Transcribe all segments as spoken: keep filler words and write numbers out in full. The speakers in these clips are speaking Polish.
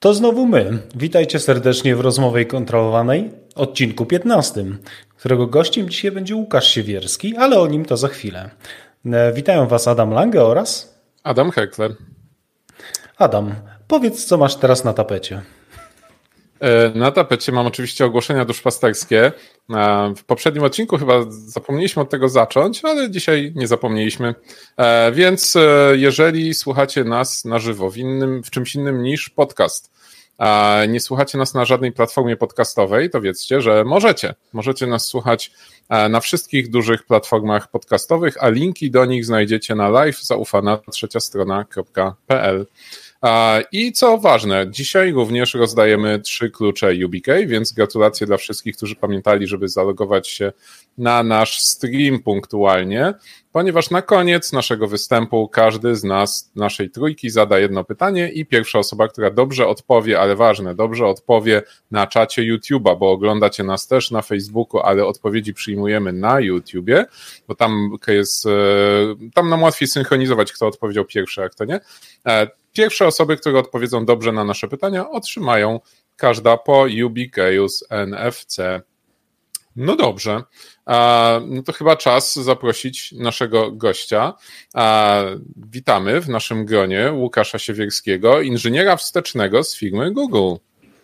To znowu my. Witajcie serdecznie w Rozmowie Kontrolowanej, odcinku piętnastym, którego gościem dzisiaj będzie Łukasz Siewierski, ale o nim to za chwilę. Witają Was Adam Lange oraz Adam Heckler. Adam, powiedz, co masz teraz na tapecie. Na tapecie mam oczywiście ogłoszenia duszpasterskie. W poprzednim odcinku chyba zapomnieliśmy od tego zacząć, ale dzisiaj nie zapomnieliśmy. Więc jeżeli słuchacie nas na żywo w, innym, w czymś innym niż podcast, a nie słuchacie nas na żadnej platformie podcastowej, to wiedzcie, że możecie. Możecie nas słuchać na wszystkich dużych platformach podcastowych, a linki do nich znajdziecie na live zaufana trzecia strona kropka p l. I co ważne, dzisiaj również rozdajemy trzy klucze U B K, więc gratulacje dla wszystkich, którzy pamiętali, żeby zalogować się na nasz stream punktualnie, ponieważ na koniec naszego występu każdy z nas, naszej trójki, zada jedno pytanie i pierwsza osoba, która dobrze odpowie, ale ważne, dobrze odpowie na czacie YouTube'a, bo oglądacie nas też na Facebooku, ale odpowiedzi przyjmujemy na YouTubie, bo tam jest, tam nam łatwiej synchronizować, kto odpowiedział pierwszy, a kto nie. Pierwsze osoby, które odpowiedzą dobrze na nasze pytania, otrzymają każda po U B K z N F C. No dobrze, no to chyba czas zaprosić naszego gościa. Witamy w naszym gronie Łukasza Siewierskiego, inżyniera wstecznego z firmy Google.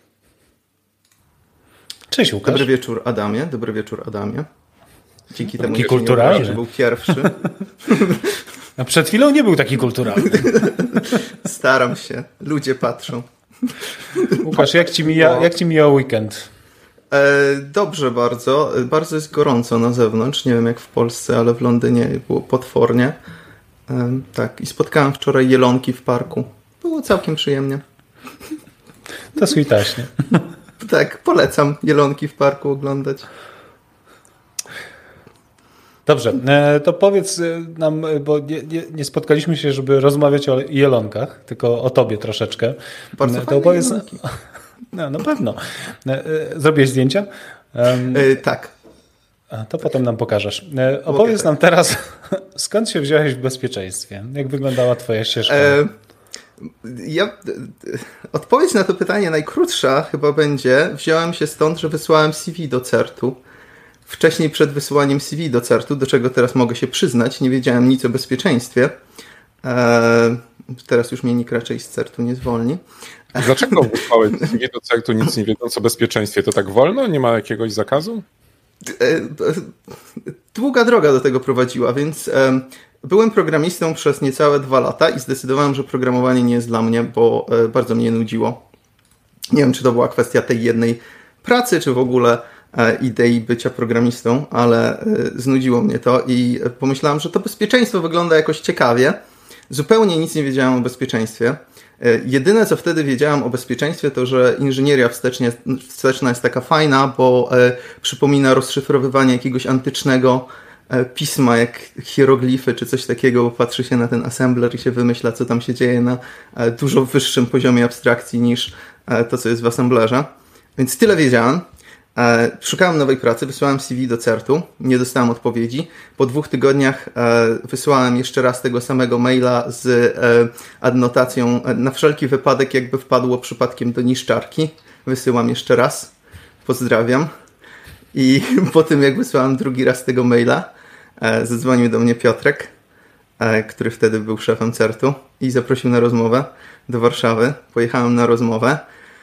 Cześć Łukasz. Dobry wieczór Adamie, dobry wieczór Adamie. Dzięki temu, Taki kulturalny, że był pierwszy. A przed chwilą nie był taki kulturalny. Staram się, ludzie patrzą. Łukasz, jak ci mija, jak ci mija weekend? E, dobrze bardzo. Bardzo jest gorąco na zewnątrz. Nie wiem jak w Polsce, ale w Londynie było potwornie. E, tak, i spotkałem wczoraj jelonki w parku. Było całkiem przyjemnie. To switaśnie. Tak, polecam jelonki w parku oglądać. Dobrze, to powiedz nam, bo nie, nie, nie spotkaliśmy się, żeby rozmawiać o jelonkach, tylko o tobie troszeczkę. Bardzo to fajne opowiedz... jelonki. No, na pewno. Zrobiłeś zdjęcia? Um, yy, tak. A to potem nam pokażesz. Opowiedz tak. nam teraz, skąd się wziąłeś w bezpieczeństwie? Jak wyglądała twoja ścieżka? E, ja, odpowiedź na to pytanie najkrótsza chyba będzie, wziąłem się stąd, że wysłałem C V do certu. Wcześniej przed wysyłaniem C V do certu, do czego teraz mogę się przyznać, nie wiedziałem nic o bezpieczeństwie. Eee, teraz już mnie nikt raczej z certu nie zwolni. Dlaczego wysłałeś C V do certu nic nie wiedząc o bezpieczeństwie? To tak wolno? Nie ma jakiegoś zakazu? Długa droga do tego prowadziła, więc e, byłem programistą przez niecałe dwa lata i zdecydowałem, że programowanie nie jest dla mnie, bo e, bardzo mnie nudziło. Nie wiem, czy to była kwestia tej jednej pracy, czy w ogóle idei bycia programistą, ale znudziło mnie to i pomyślałem, że to bezpieczeństwo wygląda jakoś ciekawie. Zupełnie nic nie wiedziałem o bezpieczeństwie. Jedyne, co wtedy wiedziałem o bezpieczeństwie, to, że inżynieria wstecznie, wsteczna jest taka fajna, bo przypomina rozszyfrowywanie jakiegoś antycznego pisma, jak hieroglify czy coś takiego, bo patrzy się na ten assembler i się wymyśla, co tam się dzieje na dużo wyższym poziomie abstrakcji niż to, co jest w assemblerze. Więc tyle wiedziałem. E, szukałem nowej pracy, wysłałem C V do certu, nie dostałem odpowiedzi. Po dwóch tygodniach e, wysłałem jeszcze raz tego samego maila z e, adnotacją e, na wszelki wypadek, jakby wpadło przypadkiem do niszczarki. Wysyłam jeszcze raz. Pozdrawiam. I po tym, jak wysłałem drugi raz tego maila, e, zadzwonił do mnie Piotrek, e, który wtedy był szefem certu i zaprosił na rozmowę do Warszawy. Pojechałem na rozmowę.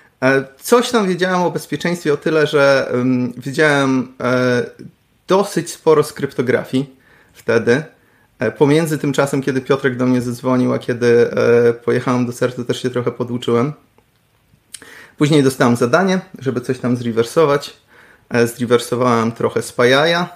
Coś tam wiedziałem o bezpieczeństwie o tyle, że um, wiedziałem e, dosyć sporo z kryptografii wtedy. E, pomiędzy tym czasem, kiedy Piotrek do mnie zadzwonił, a kiedy e, pojechałem do certu, też się trochę poduczyłem. Później dostałem zadanie, żeby coś tam zrewersować. E, zrewersowałem trochę z Pajaja.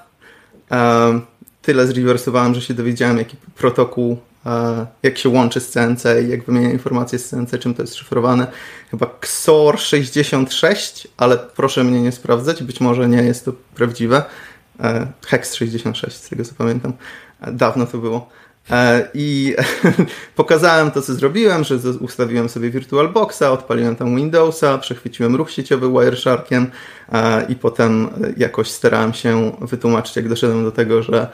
E, tyle zrewersowałem, że się dowiedziałem, jaki protokół, jak się łączy z C N C i jak wymienia informacje z C N C, czym to jest szyfrowane. Chyba X O R sześćdziesiąt sześć, ale proszę mnie nie sprawdzać, być może nie jest to prawdziwe. Hex sześćdziesiąt sześć, z tego co pamiętam. Dawno to było. I pokazałem to, co zrobiłem, że ustawiłem sobie VirtualBoxa, odpaliłem tam Windowsa, przechwyciłem ruch sieciowy Wiresharkiem i potem jakoś starałem się wytłumaczyć, jak doszedłem do tego, że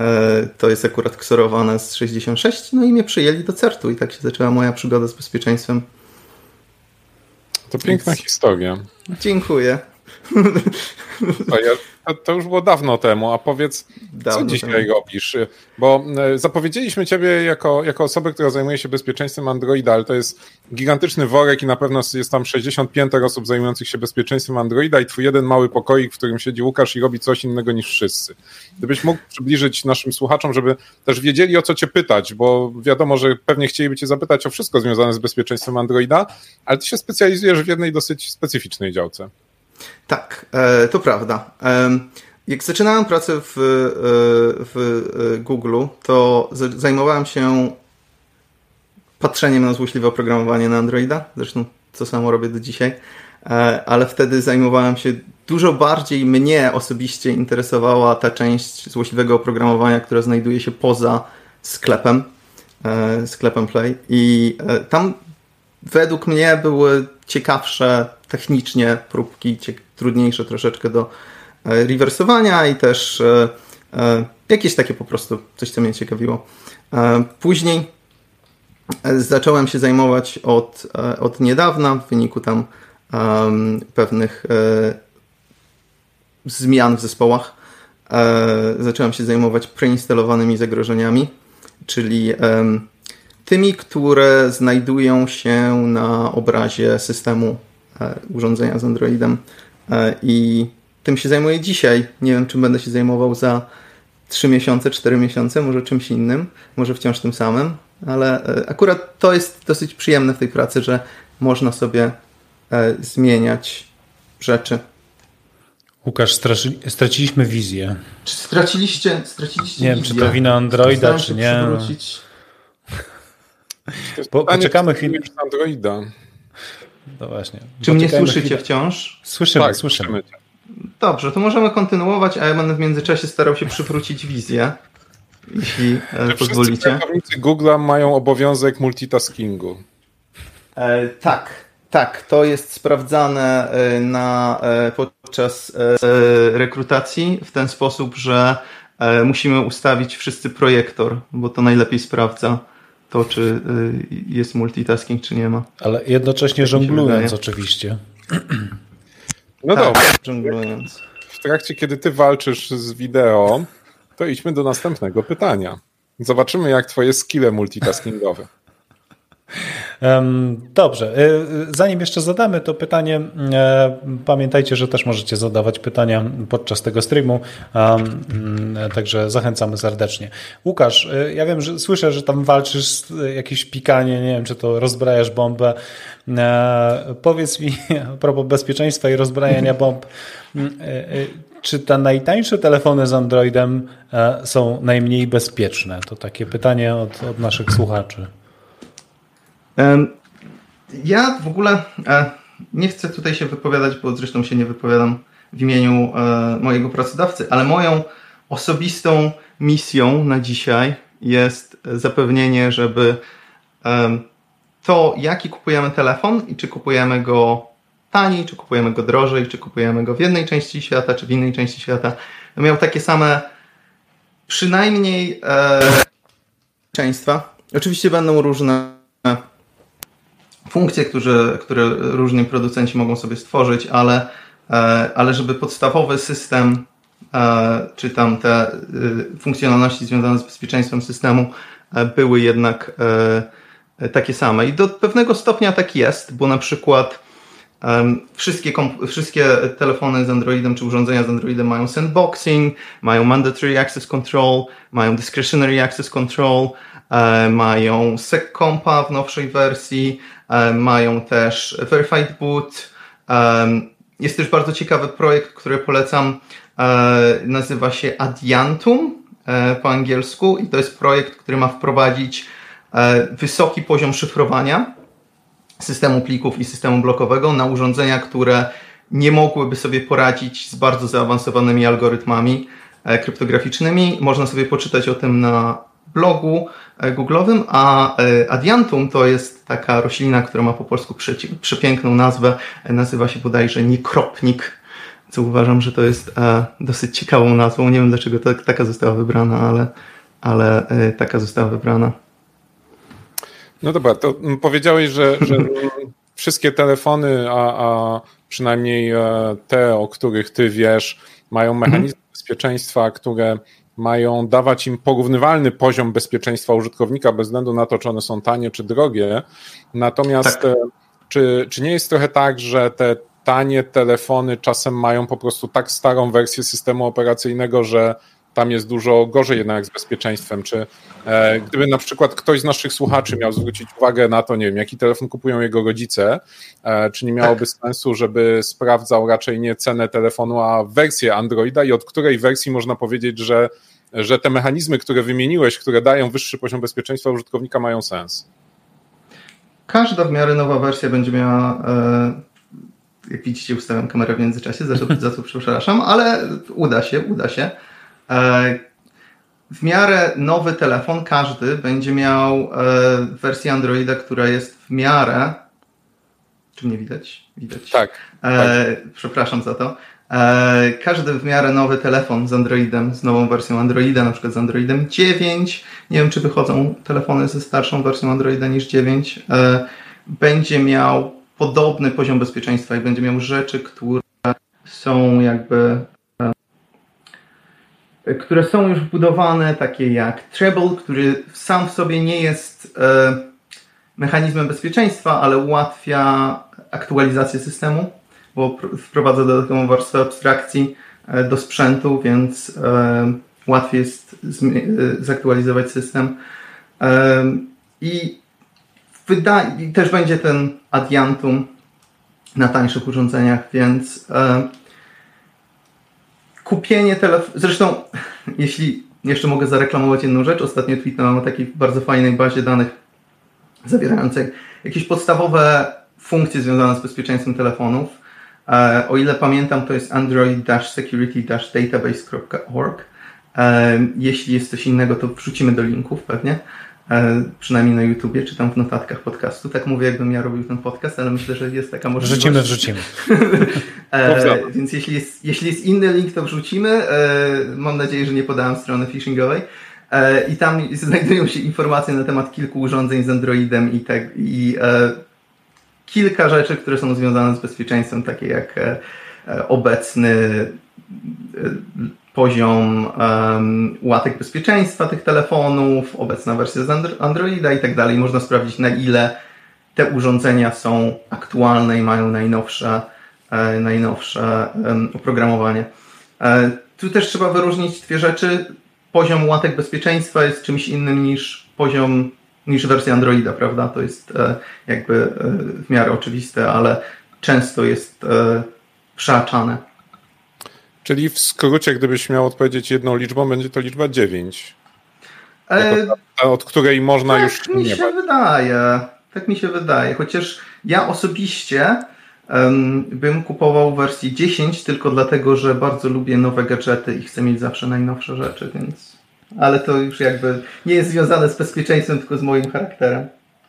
to jest akurat ksorowane z sześćdziesiąt sześć, no i mnie przyjęli do certu i tak się zaczęła moja przygoda z bezpieczeństwem. To piękna Więc... historia. Dziękuję. To, ja, to, to już było dawno temu, a powiedz, dawno co dzisiaj temu. robisz? Bo zapowiedzieliśmy ciebie jako, jako osobę, która zajmuje się bezpieczeństwem Androida, ale to jest gigantyczny worek i na pewno jest tam sześćdziesiąt pięter osób zajmujących się bezpieczeństwem Androida i twój jeden mały pokoik, w którym siedzi Łukasz i robi coś innego niż wszyscy. Gdybyś mógł przybliżyć naszym słuchaczom, żeby też wiedzieli, o co cię pytać, bo wiadomo, że pewnie chcieliby cię zapytać o wszystko związane z bezpieczeństwem Androida, ale ty się specjalizujesz w jednej dosyć specyficznej działce. Tak, to prawda. Jak zaczynałem pracę w, w Google, to zajmowałem się patrzeniem na złośliwe oprogramowanie na Androida. Zresztą to samo robię do dzisiaj. Ale wtedy zajmowałem się dużo bardziej, mnie osobiście interesowała ta część złośliwego oprogramowania, która znajduje się poza sklepem, sklepem Play. I tam według mnie były ciekawsze technicznie próbki, trudniejsze troszeczkę do rewersowania i też jakieś takie po prostu coś, co mnie ciekawiło. Później zacząłem się zajmować od, od niedawna w wyniku tam pewnych zmian w zespołach. Zacząłem się zajmować preinstalowanymi zagrożeniami, czyli tymi, które znajdują się na obrazie systemu urządzenia z Androidem i tym się zajmuję dzisiaj. Nie wiem, czym będę się zajmował za trzy miesiące, cztery miesiące, może czymś innym, może wciąż tym samym, ale akurat to jest dosyć przyjemne w tej pracy, że można sobie zmieniać rzeczy. Łukasz, straci, straciliśmy wizję. Czy straciliście, straciliście Nie wizję? wiem, czy to wina Androida, czy nie. Po, poczekamy chwilę z Androida. No właśnie. Czy mnie słyszycie chwilę. Wciąż? Słyszymy, tak, słyszymy. Dobrze, to możemy kontynuować, a ja będę w międzyczasie starał się przywrócić wizję, jeśli Czy pozwolicie. Wszyscy pracownicy Google'a mają obowiązek multitaskingu. E, tak, tak. To jest sprawdzane na, podczas rekrutacji w ten sposób, że musimy ustawić wszyscy projektor, bo to najlepiej sprawdza to, czy jest multitasking, czy nie ma. Ale jednocześnie żonglując oczywiście. No tak, dobra. żonglując. W trakcie, kiedy ty walczysz z wideo, to idźmy do następnego pytania. Zobaczymy, jak twoje skille multitaskingowe. Dobrze. Zanim jeszcze zadamy to pytanie, pamiętajcie, że też możecie zadawać pytania podczas tego streamu, także zachęcamy serdecznie. Łukasz, ja wiem, że słyszę, że tam walczysz jakieś pikanie, nie wiem, czy to rozbrajasz bombę. Powiedz mi a propos bezpieczeństwa i rozbrajania bomb, czy te najtańsze telefony z Androidem są najmniej bezpieczne? To takie pytanie od, od naszych słuchaczy. Ja w ogóle nie chcę tutaj się wypowiadać, bo zresztą się nie wypowiadam w imieniu mojego pracodawcy, ale moją osobistą misją na dzisiaj jest zapewnienie, żeby to, jaki kupujemy telefon i czy kupujemy go taniej, czy kupujemy go drożej, czy kupujemy go w jednej części świata, czy w innej części świata, miał takie same przynajmniej bezpieczeństwa. Oczywiście będą różne funkcje, które, które różni producenci mogą sobie stworzyć, ale, ale żeby podstawowy system, czy tam te funkcjonalności związane z bezpieczeństwem systemu były jednak takie same. I do pewnego stopnia tak jest, bo na przykład wszystkie, wszystkie telefony z Androidem, czy urządzenia z Androidem mają sandboxing, mają mandatory access control, mają discretionary access control, mają seccompa w nowszej wersji, mają też verified boot. Jest też bardzo ciekawy projekt, który polecam, nazywa się Adiantum po angielsku i to jest projekt, który ma wprowadzić wysoki poziom szyfrowania systemu plików i systemu blokowego na urządzenia, które nie mogłyby sobie poradzić z bardzo zaawansowanymi algorytmami kryptograficznymi. Można sobie poczytać o tym na blogu googlowym, a Adiantum to jest taka roślina, która ma po polsku przepiękną nazwę, nazywa się bodajże niekropnik, co uważam, że to jest dosyć ciekawą nazwą. Nie wiem, dlaczego to, taka została wybrana, ale, ale taka została wybrana. No dobra, to powiedziałeś, że, że wszystkie telefony, a, a przynajmniej te, o których ty wiesz, mają mechanizmy mhm. bezpieczeństwa, które mają dawać im porównywalny poziom bezpieczeństwa użytkownika bez względu na to, czy one są tanie, czy drogie. Natomiast tak. czy, czy nie jest trochę tak, że te tanie telefony czasem mają po prostu tak starą wersję systemu operacyjnego, że tam jest dużo gorzej jednak z bezpieczeństwem? Czy e, gdyby na przykład ktoś z naszych słuchaczy miał zwrócić uwagę na to, nie wiem, jaki telefon kupują jego rodzice, e, czy nie miałoby tak. sensu, żeby sprawdzał raczej nie cenę telefonu, a wersję Androida i od której wersji można powiedzieć, że, że te mechanizmy, które wymieniłeś, które dają wyższy poziom bezpieczeństwa użytkownika, mają sens? Każda w miarę nowa wersja będzie miała... E... Jak widzicie, ustawiam kamerę w międzyczasie, za to, za to przepraszam, ale uda się, uda się. W miarę nowy telefon, każdy będzie miał wersję Androida, która jest w miarę... Czy mnie widać? Widać. Tak. E, tak. Przepraszam za to. E, każdy w miarę nowy telefon z Androidem, z nową wersją Androida, na przykład z Androidem dziewięć, nie wiem, czy wychodzą telefony ze starszą wersją Androida niż dziewięć, e, będzie miał podobny poziom bezpieczeństwa i będzie miał rzeczy, które są jakby e, które są już wbudowane, takie jak Treble, który sam w sobie nie jest e, mechanizmem bezpieczeństwa, ale ułatwia aktualizację systemu, bo pr- wprowadza dodatkową warstwę abstrakcji e, do sprzętu, więc e, łatwiej jest zmi- e, zaktualizować system. E, I Wyda- I też będzie ten Adiantum na tańszych urządzeniach, więc e, kupienie telefonu... Zresztą, jeśli jeszcze mogę zareklamować jedną rzecz, ostatnio tweetnąłem o takiej bardzo fajnej bazie danych zawierającej jakieś podstawowe funkcje związane z bezpieczeństwem telefonów. E, o ile pamiętam, to jest android security database kropka org. E, jeśli jest coś innego, to wrzucimy do linków pewnie. Przynajmniej na YouTubie, czy tam w notatkach podcastu. Tak mówię, jakbym ja robił ten podcast, ale myślę, że jest taka możliwość. Wrzucimy, wrzucimy. e, więc jeśli jest, jeśli jest inny link, to wrzucimy. E, mam nadzieję, że nie podałem strony phishingowej. E, I tam znajdują się informacje na temat kilku urządzeń z Androidem i, te, i e, kilka rzeczy, które są związane z bezpieczeństwem, takie jak e, obecny e, poziom um, łatek bezpieczeństwa tych telefonów, obecna wersja z Androida i tak dalej. Można sprawdzić, na ile te urządzenia są aktualne i mają najnowsze, e, najnowsze um, oprogramowanie. E, tu też trzeba wyróżnić dwie rzeczy. Poziom łatek bezpieczeństwa jest czymś innym niż poziom, niż wersja Androida, prawda? To jest e, jakby e, w miarę oczywiste, ale często jest e, przeaczane. Czyli w skrócie, gdybyś miał odpowiedzieć jedną liczbą, będzie to liczba dziewięć. E, ta, od której można tak już nie Tak mi się wydaje. Tak mi się wydaje. Chociaż ja osobiście um, bym kupował wersję dziesięć tylko dlatego, że bardzo lubię nowe gadżety i chcę mieć zawsze najnowsze rzeczy, więc... Ale to już jakby nie jest związane z bezpieczeństwem, tylko z moim charakterem.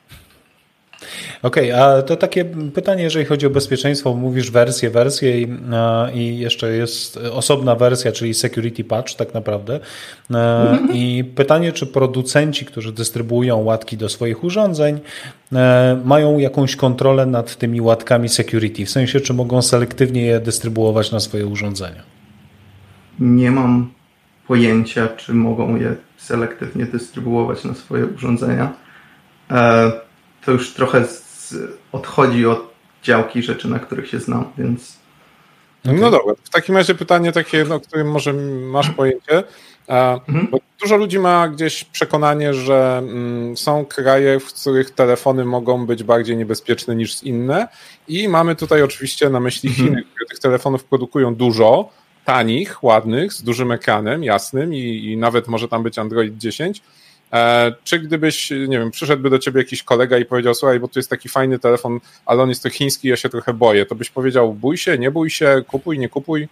Okej, okay, a to takie pytanie, jeżeli chodzi o bezpieczeństwo, mówisz wersję, wersję i, i jeszcze jest osobna wersja, czyli security patch tak naprawdę. Mm-hmm. I pytanie, czy producenci, którzy dystrybuują łatki do swoich urządzeń, mają jakąś kontrolę nad tymi łatkami security, w sensie, czy mogą selektywnie je dystrybuować na swoje urządzenia? Nie mam pojęcia, czy mogą je selektywnie dystrybuować na swoje urządzenia. To już trochę z, odchodzi od działki rzeczy, na których się znam, więc... No dobra, w takim razie pytanie takie, o którym może masz pojęcie, mhm. bo dużo ludzi ma gdzieś przekonanie, że mm, są kraje, w których telefony mogą być bardziej niebezpieczne niż inne i mamy tutaj oczywiście na myśli Chiny, mhm. które tych telefonów produkują dużo, tanich, ładnych, z dużym ekranem, jasnym i, i nawet może tam być Android dziesięć. E, czy gdybyś, nie wiem, przyszedłby do ciebie jakiś kolega i powiedział, słuchaj, bo tu jest taki fajny telefon, ale on jest to chiński, ja się trochę boję, to byś powiedział, bój się, nie bój się, kupuj, nie kupuj?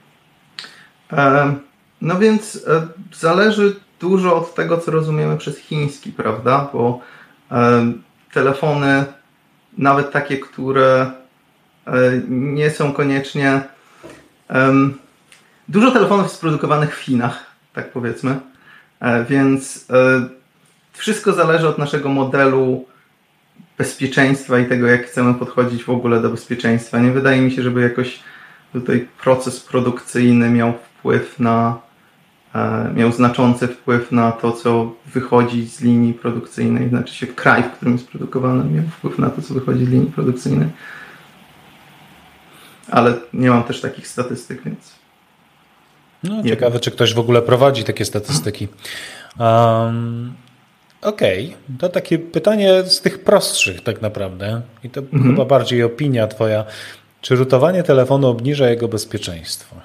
E, no więc e, zależy dużo od tego, co rozumiemy przez chiński, prawda, bo e, telefony, nawet takie, które e, nie są koniecznie... E, dużo telefonów jest produkowanych w Chinach, tak powiedzmy. Więc wszystko zależy od naszego modelu bezpieczeństwa i tego, jak chcemy podchodzić w ogóle do bezpieczeństwa. Nie wydaje mi się, żeby jakoś tutaj proces produkcyjny miał wpływ na, miał znaczący wpływ na to, co wychodzi z linii produkcyjnej. Znaczy się kraj, w którym jest produkowane, miał wpływ na to, co wychodzi z linii produkcyjnej. Ale nie mam też takich statystyk, więc... No, ciekawe, czy ktoś w ogóle prowadzi takie statystyki. Um, Okej, okay. To takie pytanie z tych prostszych tak naprawdę. I to mhm. chyba bardziej opinia twoja. Czy rootowanie telefonu obniża jego bezpieczeństwo?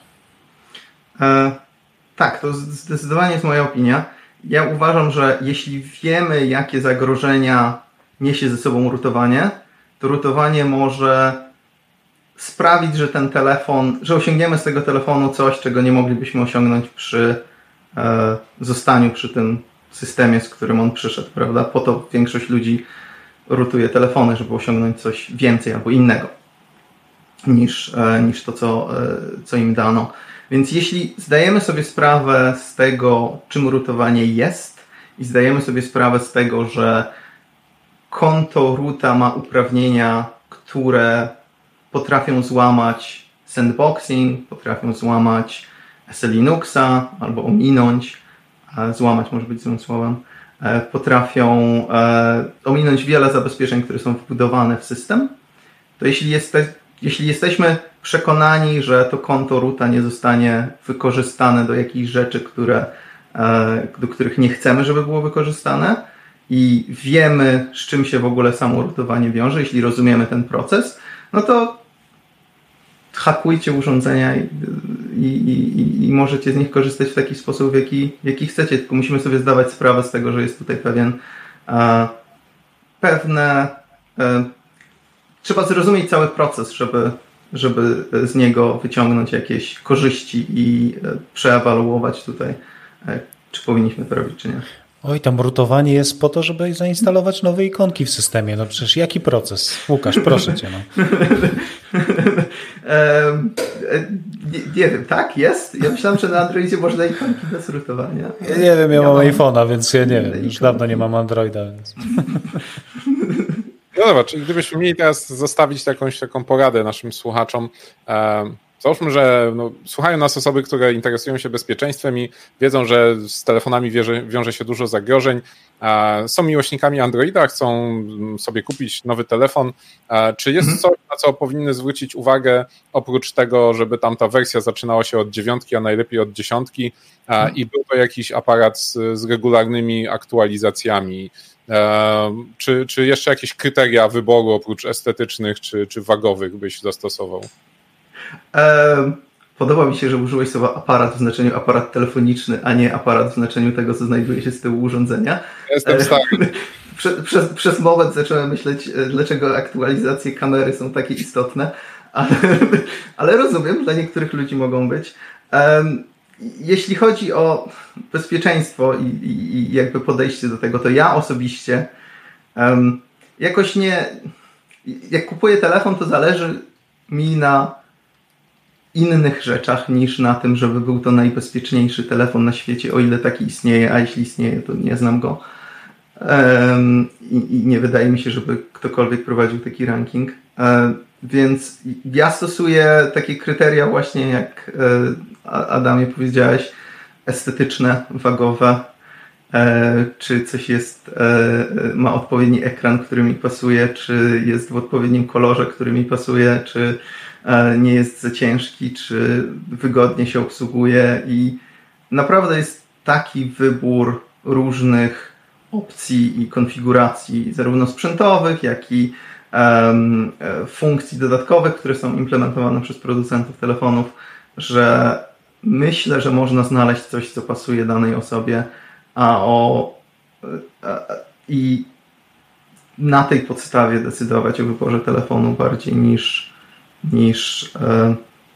E, tak, to zdecydowanie jest moja opinia. Ja uważam, że jeśli wiemy, jakie zagrożenia niesie ze sobą rootowanie, to rootowanie może sprawić, że ten telefon, że osiągniemy z tego telefonu coś, czego nie moglibyśmy osiągnąć przy e, zostaniu przy tym systemie, z którym on przyszedł, prawda? Po to większość ludzi rootuje telefony, żeby osiągnąć coś więcej albo innego niż, e, niż to, co, e, co im dano. Więc jeśli zdajemy sobie sprawę z tego, czym rootowanie jest i zdajemy sobie sprawę z tego, że konto roota ma uprawnienia, które potrafią złamać sandboxing, potrafią złamać S L Linuxa albo ominąć, złamać może być złym słowem, potrafią ominąć wiele zabezpieczeń, które są wbudowane w system, to jeśli, jeste, jeśli jesteśmy przekonani, że to konto roota nie zostanie wykorzystane do jakichś rzeczy, które, do których nie chcemy, żeby było wykorzystane i wiemy, z czym się w ogóle samo rootowanie wiąże, jeśli rozumiemy ten proces, no to hakujcie urządzenia i, i, i, i możecie z nich korzystać w taki sposób, w jaki, w jaki chcecie, tylko musimy sobie zdawać sprawę z tego, że jest tutaj pewien e, pewne e, trzeba zrozumieć cały proces, żeby, żeby z niego wyciągnąć jakieś korzyści i e, przeewaluować tutaj, e, czy powinniśmy to robić, czy nie. Oj, tam rootowanie jest po to, żeby zainstalować nowe ikonki w systemie. No przecież jaki proces? Łukasz, proszę cię. No. um, nie, nie wiem, tak? Jest? Ja myślałem, że na Androidzie można ikonki bez rootowania. Ja nie wiem, ja, ja mam, mam iPhone'a, więc ja nie wiem. Już ikonki. Dawno nie mam Androida. Więc... No dobra, czyli gdybyśmy mieli teraz zostawić jakąś taką poradę naszym słuchaczom, um, załóżmy, że no, słuchają nas osoby, które interesują się bezpieczeństwem i wiedzą, że z telefonami wieże, wiąże się dużo zagrożeń. Są miłośnikami Androida, chcą sobie kupić nowy telefon. Czy jest mhm. coś, na co powinny zwrócić uwagę, oprócz tego, żeby tam ta wersja zaczynała się od dziewiątki, a najlepiej od dziesiątki mhm. i był to jakiś aparat z, z regularnymi aktualizacjami? Czy, czy jeszcze jakieś kryteria wyboru oprócz estetycznych czy, czy wagowych byś zastosował? Podoba mi się, że użyłeś słowa aparat w znaczeniu aparat telefoniczny, a nie aparat w znaczeniu tego, co znajduje się z tyłu urządzenia. Jestem stary. Przez, przez, przez moment zacząłem myśleć, dlaczego aktualizacje kamery są takie istotne, ale, ale rozumiem, dla niektórych ludzi mogą być. Jeśli chodzi o bezpieczeństwo i, i, i jakby podejście do tego, to ja osobiście jakoś nie... Jak kupuję telefon, to zależy mi na innych rzeczach niż na tym, żeby był to najbezpieczniejszy telefon na świecie, o ile taki istnieje, a jeśli istnieje, to nie znam go. Um, i, I nie wydaje mi się, żeby ktokolwiek prowadził taki ranking. Um, więc ja stosuję takie kryteria właśnie, jak e, Adamie powiedziałeś, estetyczne, wagowe, e, czy coś jest, e, ma odpowiedni ekran, który mi pasuje, czy jest w odpowiednim kolorze, który mi pasuje, czy nie jest za ciężki, czy wygodnie się obsługuje i naprawdę jest taki wybór różnych opcji i konfiguracji, zarówno sprzętowych, jak i um, funkcji dodatkowych, które są implementowane przez producentów telefonów, że myślę, że można znaleźć coś, co pasuje danej osobie, a o a, i na tej podstawie decydować o wyborze telefonu bardziej niż niż e,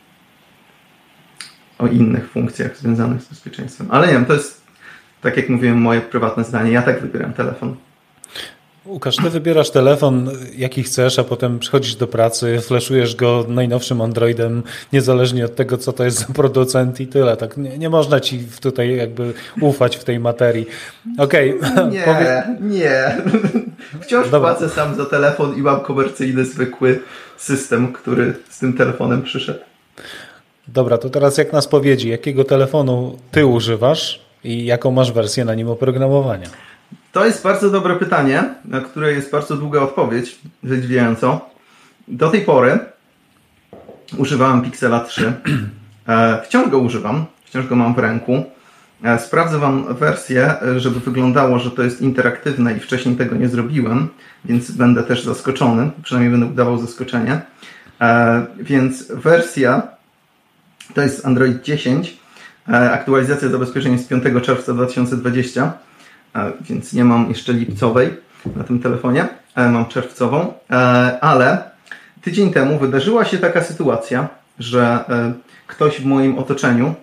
o innych funkcjach związanych z bezpieczeństwem. Ale nie wiem, to jest, tak jak mówiłem, moje prywatne zdanie. Ja tak wybieram telefon. Łukasz, ty wybierasz telefon, jaki chcesz, a potem przychodzisz do pracy, flashujesz go najnowszym Androidem, niezależnie od tego, co to jest za producent i tyle. Tak nie, nie można ci tutaj jakby ufać w tej materii. Okej. Okay. Nie, Powie... nie. Wciąż Dobra. płacę sam za telefon i mam komercyjny, zwykły system, który z tym telefonem przyszedł. Dobra, to teraz jak na spowiedzi, jakiego telefonu ty używasz i jaką masz wersję na nim oprogramowania? To jest bardzo dobre pytanie, na które jest bardzo długa odpowiedź, zadziwiająco. Do tej pory używałem Pixela trzy. Wciąż go używam, wciąż go mam w ręku. Sprawdzę wam wersję, żeby wyglądało, że to jest interaktywne i wcześniej tego nie zrobiłem, więc będę też zaskoczony, przynajmniej będę udawał zaskoczenie. Więc wersja to jest Android dziesięć. Aktualizacja zabezpieczeń jest piątego czerwca dwa tysiące dwudziestego. Więc nie mam jeszcze lipcowej na tym telefonie, mam czerwcową, ale tydzień temu wydarzyła się taka sytuacja, że ktoś w moim otoczeniu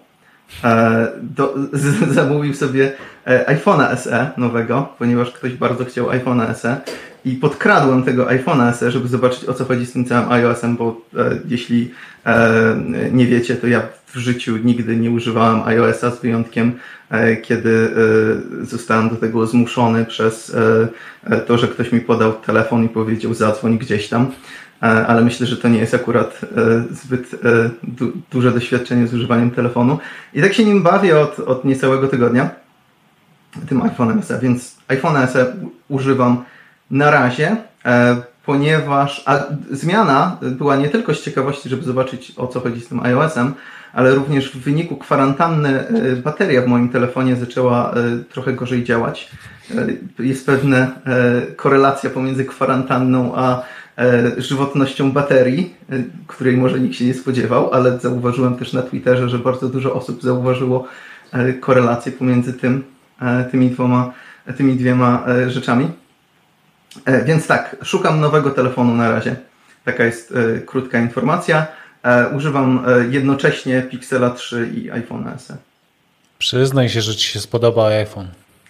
do, z, zamówił sobie iPhone'a S E nowego, ponieważ ktoś bardzo chciał iPhone'a S E i podkradłem tego iPhone'a S E, żeby zobaczyć, o co chodzi z tym całym iOS-em, bo e, jeśli e, nie wiecie, to ja w życiu nigdy nie używałem iOS-a z wyjątkiem, e, kiedy e, zostałem do tego zmuszony przez e, to, że ktoś mi podał telefon i powiedział zadzwoń gdzieś tam. Ale myślę, że to nie jest akurat zbyt du- duże doświadczenie z używaniem telefonu. I tak się nim bawię od, od niecałego tygodnia, tym iPhone'em S E, więc iPhone'a S E używam na razie, ponieważ a zmiana była nie tylko z ciekawości, żeby zobaczyć, o co chodzi z tym iOS-em, ale również w wyniku kwarantanny bateria w moim telefonie zaczęła trochę gorzej działać. Jest pewna korelacja pomiędzy kwarantanną a żywotnością baterii, której może nikt się nie spodziewał, ale zauważyłem też na Twitterze, że bardzo dużo osób zauważyło korelację pomiędzy tym, tymi dwoma, tymi dwiema rzeczami. Więc tak, szukam nowego telefonu na razie. Taka jest krótka informacja. Używam jednocześnie Pixela trzy i iPhone'a S E. Przyznaj się, że ci się spodoba iPhone.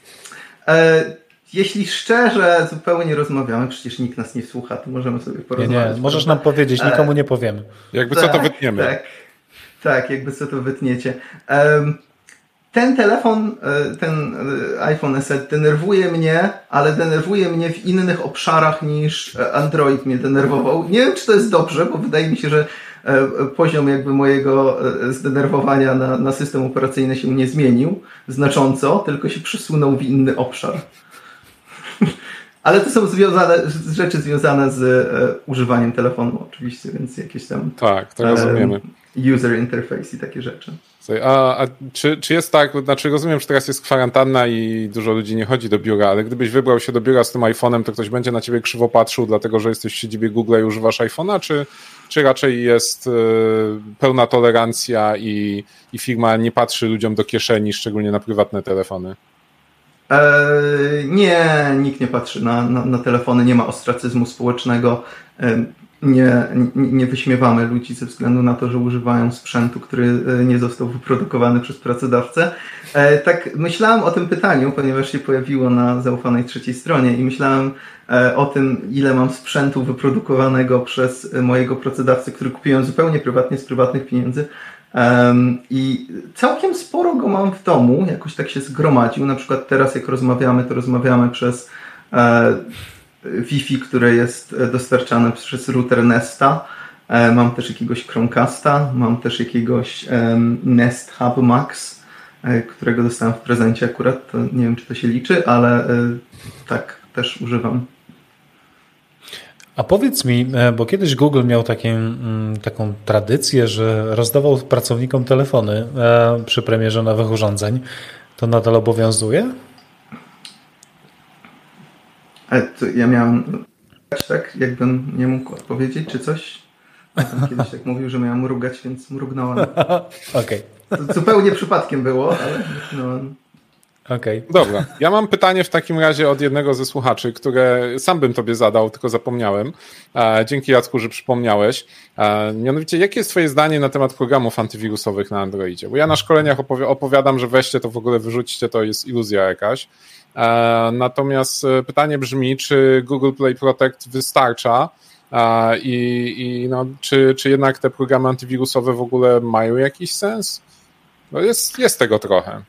Jeśli szczerze zupełnie rozmawiamy, przecież nikt nas nie słucha, to możemy sobie porozmawiać. Nie, nie, możesz nam powiedzieć, nikomu nie powiemy. Jakby co, to wytniemy. Tak, tak, jakby co, to wytniecie. Ten telefon, ten iPhone S E denerwuje mnie, ale denerwuje mnie w innych obszarach niż Android mnie denerwował. Nie wiem, czy to jest dobrze, bo wydaje mi się, że poziom jakby mojego zdenerwowania na, na system operacyjny się nie zmienił znacząco, tylko się przesunął w inny obszar. Ale to są związane, rzeczy związane z e, używaniem telefonu oczywiście, więc jakieś tam tak, to rozumiemy. E, user interface i takie rzeczy. A, a czy, czy jest tak, znaczy rozumiem, że teraz jest kwarantanna i dużo ludzi nie chodzi do biura, ale gdybyś wybrał się do biura z tym iPhone'em, to ktoś będzie na ciebie krzywo patrzył, dlatego że jesteś w siedzibie Google i używasz iPhone'a, czy, czy raczej jest y, pełna tolerancja i, i firma nie patrzy ludziom do kieszeni, szczególnie na prywatne telefony? Nie, nikt nie patrzy na, na, na telefony, nie ma ostracyzmu społecznego, nie, nie wyśmiewamy ludzi ze względu na to, że używają sprzętu, który nie został wyprodukowany przez pracodawcę. Tak myślałem o tym pytaniu, ponieważ się pojawiło na zaufanej trzeciej stronie i myślałem o tym, ile mam sprzętu wyprodukowanego przez mojego pracodawcę, który kupiłem zupełnie prywatnie z prywatnych pieniędzy. Um, I całkiem sporo go mam w domu, jakoś tak się zgromadził. Na przykład teraz jak rozmawiamy, to rozmawiamy przez e, Wi-Fi, które jest dostarczane przez router Nesta. E, mam też jakiegoś Chromecasta, mam też jakiegoś e, Nest Hub Max, e, którego dostałem w prezencie akurat. To nie wiem, czy to się liczy, ale e, tak też używam. A powiedz mi, bo kiedyś Google miał takie, taką tradycję, że rozdawał pracownikom telefony przy premierze nowych urządzeń. To nadal obowiązuje? Ale to ja miałem tak, jakbym nie mógł odpowiedzieć, czy coś? Tam kiedyś tak mówił, że miałem mrugać, więc mrugnąłem. Okej. To zupełnie przypadkiem było, ale no. Okay. Dobra, ja mam pytanie w takim razie od jednego ze słuchaczy, które sam bym tobie zadał, tylko zapomniałem. E, dzięki Jacku, że przypomniałeś. E, mianowicie, jakie jest twoje zdanie na temat programów antywirusowych na Androidzie? Bo ja na szkoleniach opowi- opowiadam, że weźcie to w ogóle, wyrzućcie, to jest iluzja jakaś. Natomiast pytanie brzmi, czy Google Play Protect wystarcza i, i no, czy, czy jednak te programy antywirusowe w ogóle mają jakiś sens? No jest, jest tego trochę.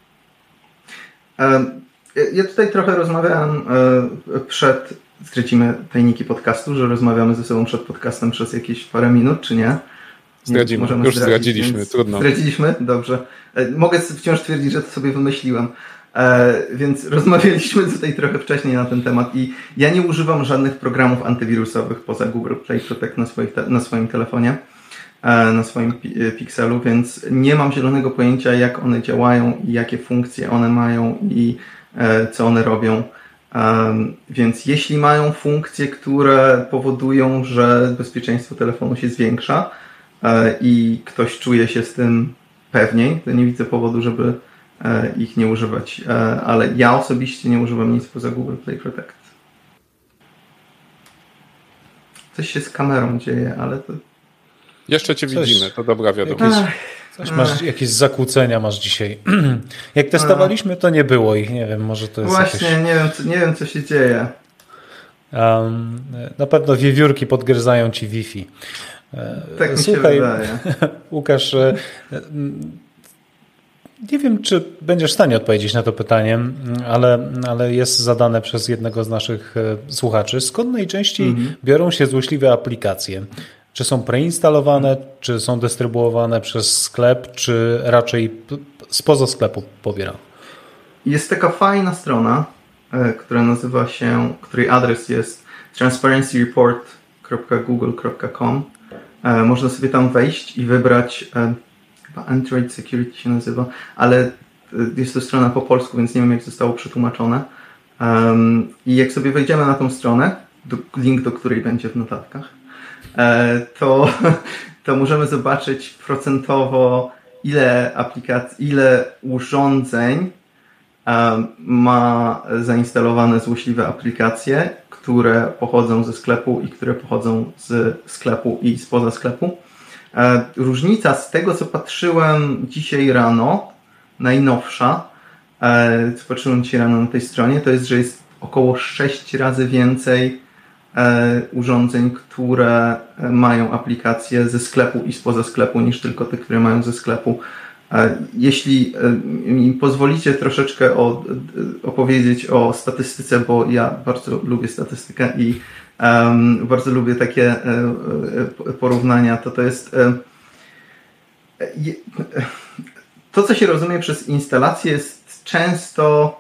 Ja tutaj trochę rozmawiałem przed, zdradzimy tajniki podcastu, że rozmawiamy ze sobą przed podcastem przez jakieś parę minut, czy nie? Zdradzimy, Możemy już zdradzić, zdradziliśmy, trudno. Zdradziliśmy? Dobrze. Mogę wciąż twierdzić, że to sobie wymyśliłem. E, więc rozmawialiśmy tutaj trochę wcześniej na ten temat i ja nie używam żadnych programów antywirusowych poza Google Play Protect na, swoich te, na swoim telefonie, e, na swoim pi, Pixelu, więc nie mam zielonego pojęcia, jak one działają i jakie funkcje one mają i e, co one robią. E, więc jeśli mają funkcje, które powodują, że bezpieczeństwo telefonu się zwiększa e, i ktoś czuje się z tym pewniej, to nie widzę powodu, żeby ich nie używać, ale ja osobiście nie używam nic poza Google Play Protect. Coś się z kamerą dzieje, ale to... Jeszcze cię Coś... widzimy, to dobra wiadomość. Jakieś, coś masz, jakieś zakłócenia masz dzisiaj. Jak testowaliśmy, to nie było ich, nie wiem, może to jest Właśnie, jakieś... nie, wiem, co, nie wiem, co się dzieje. Um, na pewno wiewiórki podgryzają ci Wi-Fi. Tak mi Słuchaj, się wydaje. Łukasz, nie wiem, czy będziesz w stanie odpowiedzieć na to pytanie, ale, ale jest zadane przez jednego z naszych słuchaczy. Skąd najczęściej mhm. biorą się złośliwe aplikacje? Czy są preinstalowane, czy są dystrybuowane przez sklep, czy raczej spoza sklepu pobiera? Jest taka fajna strona, która nazywa się, której adres jest transparency report kropka google kropka com. Można sobie tam wejść i wybrać... Chyba Android Security się nazywa, ale jest to strona po polsku, więc nie wiem, jak zostało przetłumaczone. Um, I jak sobie wejdziemy na tą stronę, do, link do której będzie w notatkach, e, to, to możemy zobaczyć procentowo, ile aplikacji, ile urządzeń um, ma zainstalowane złośliwe aplikacje, które pochodzą ze sklepu i które pochodzą z sklepu i spoza sklepu. Różnica z tego, co patrzyłem dzisiaj rano, najnowsza, co patrzyłem dzisiaj rano na tej stronie, to jest, że jest około sześć razy więcej urządzeń, które mają aplikacje ze sklepu i spoza sklepu, niż tylko te, które mają ze sklepu. Jeśli mi pozwolicie troszeczkę o, opowiedzieć o statystyce, bo ja bardzo lubię statystykę i Um, bardzo lubię takie e, e, porównania, to to jest e, je, to, co się rozumie przez instalację, jest często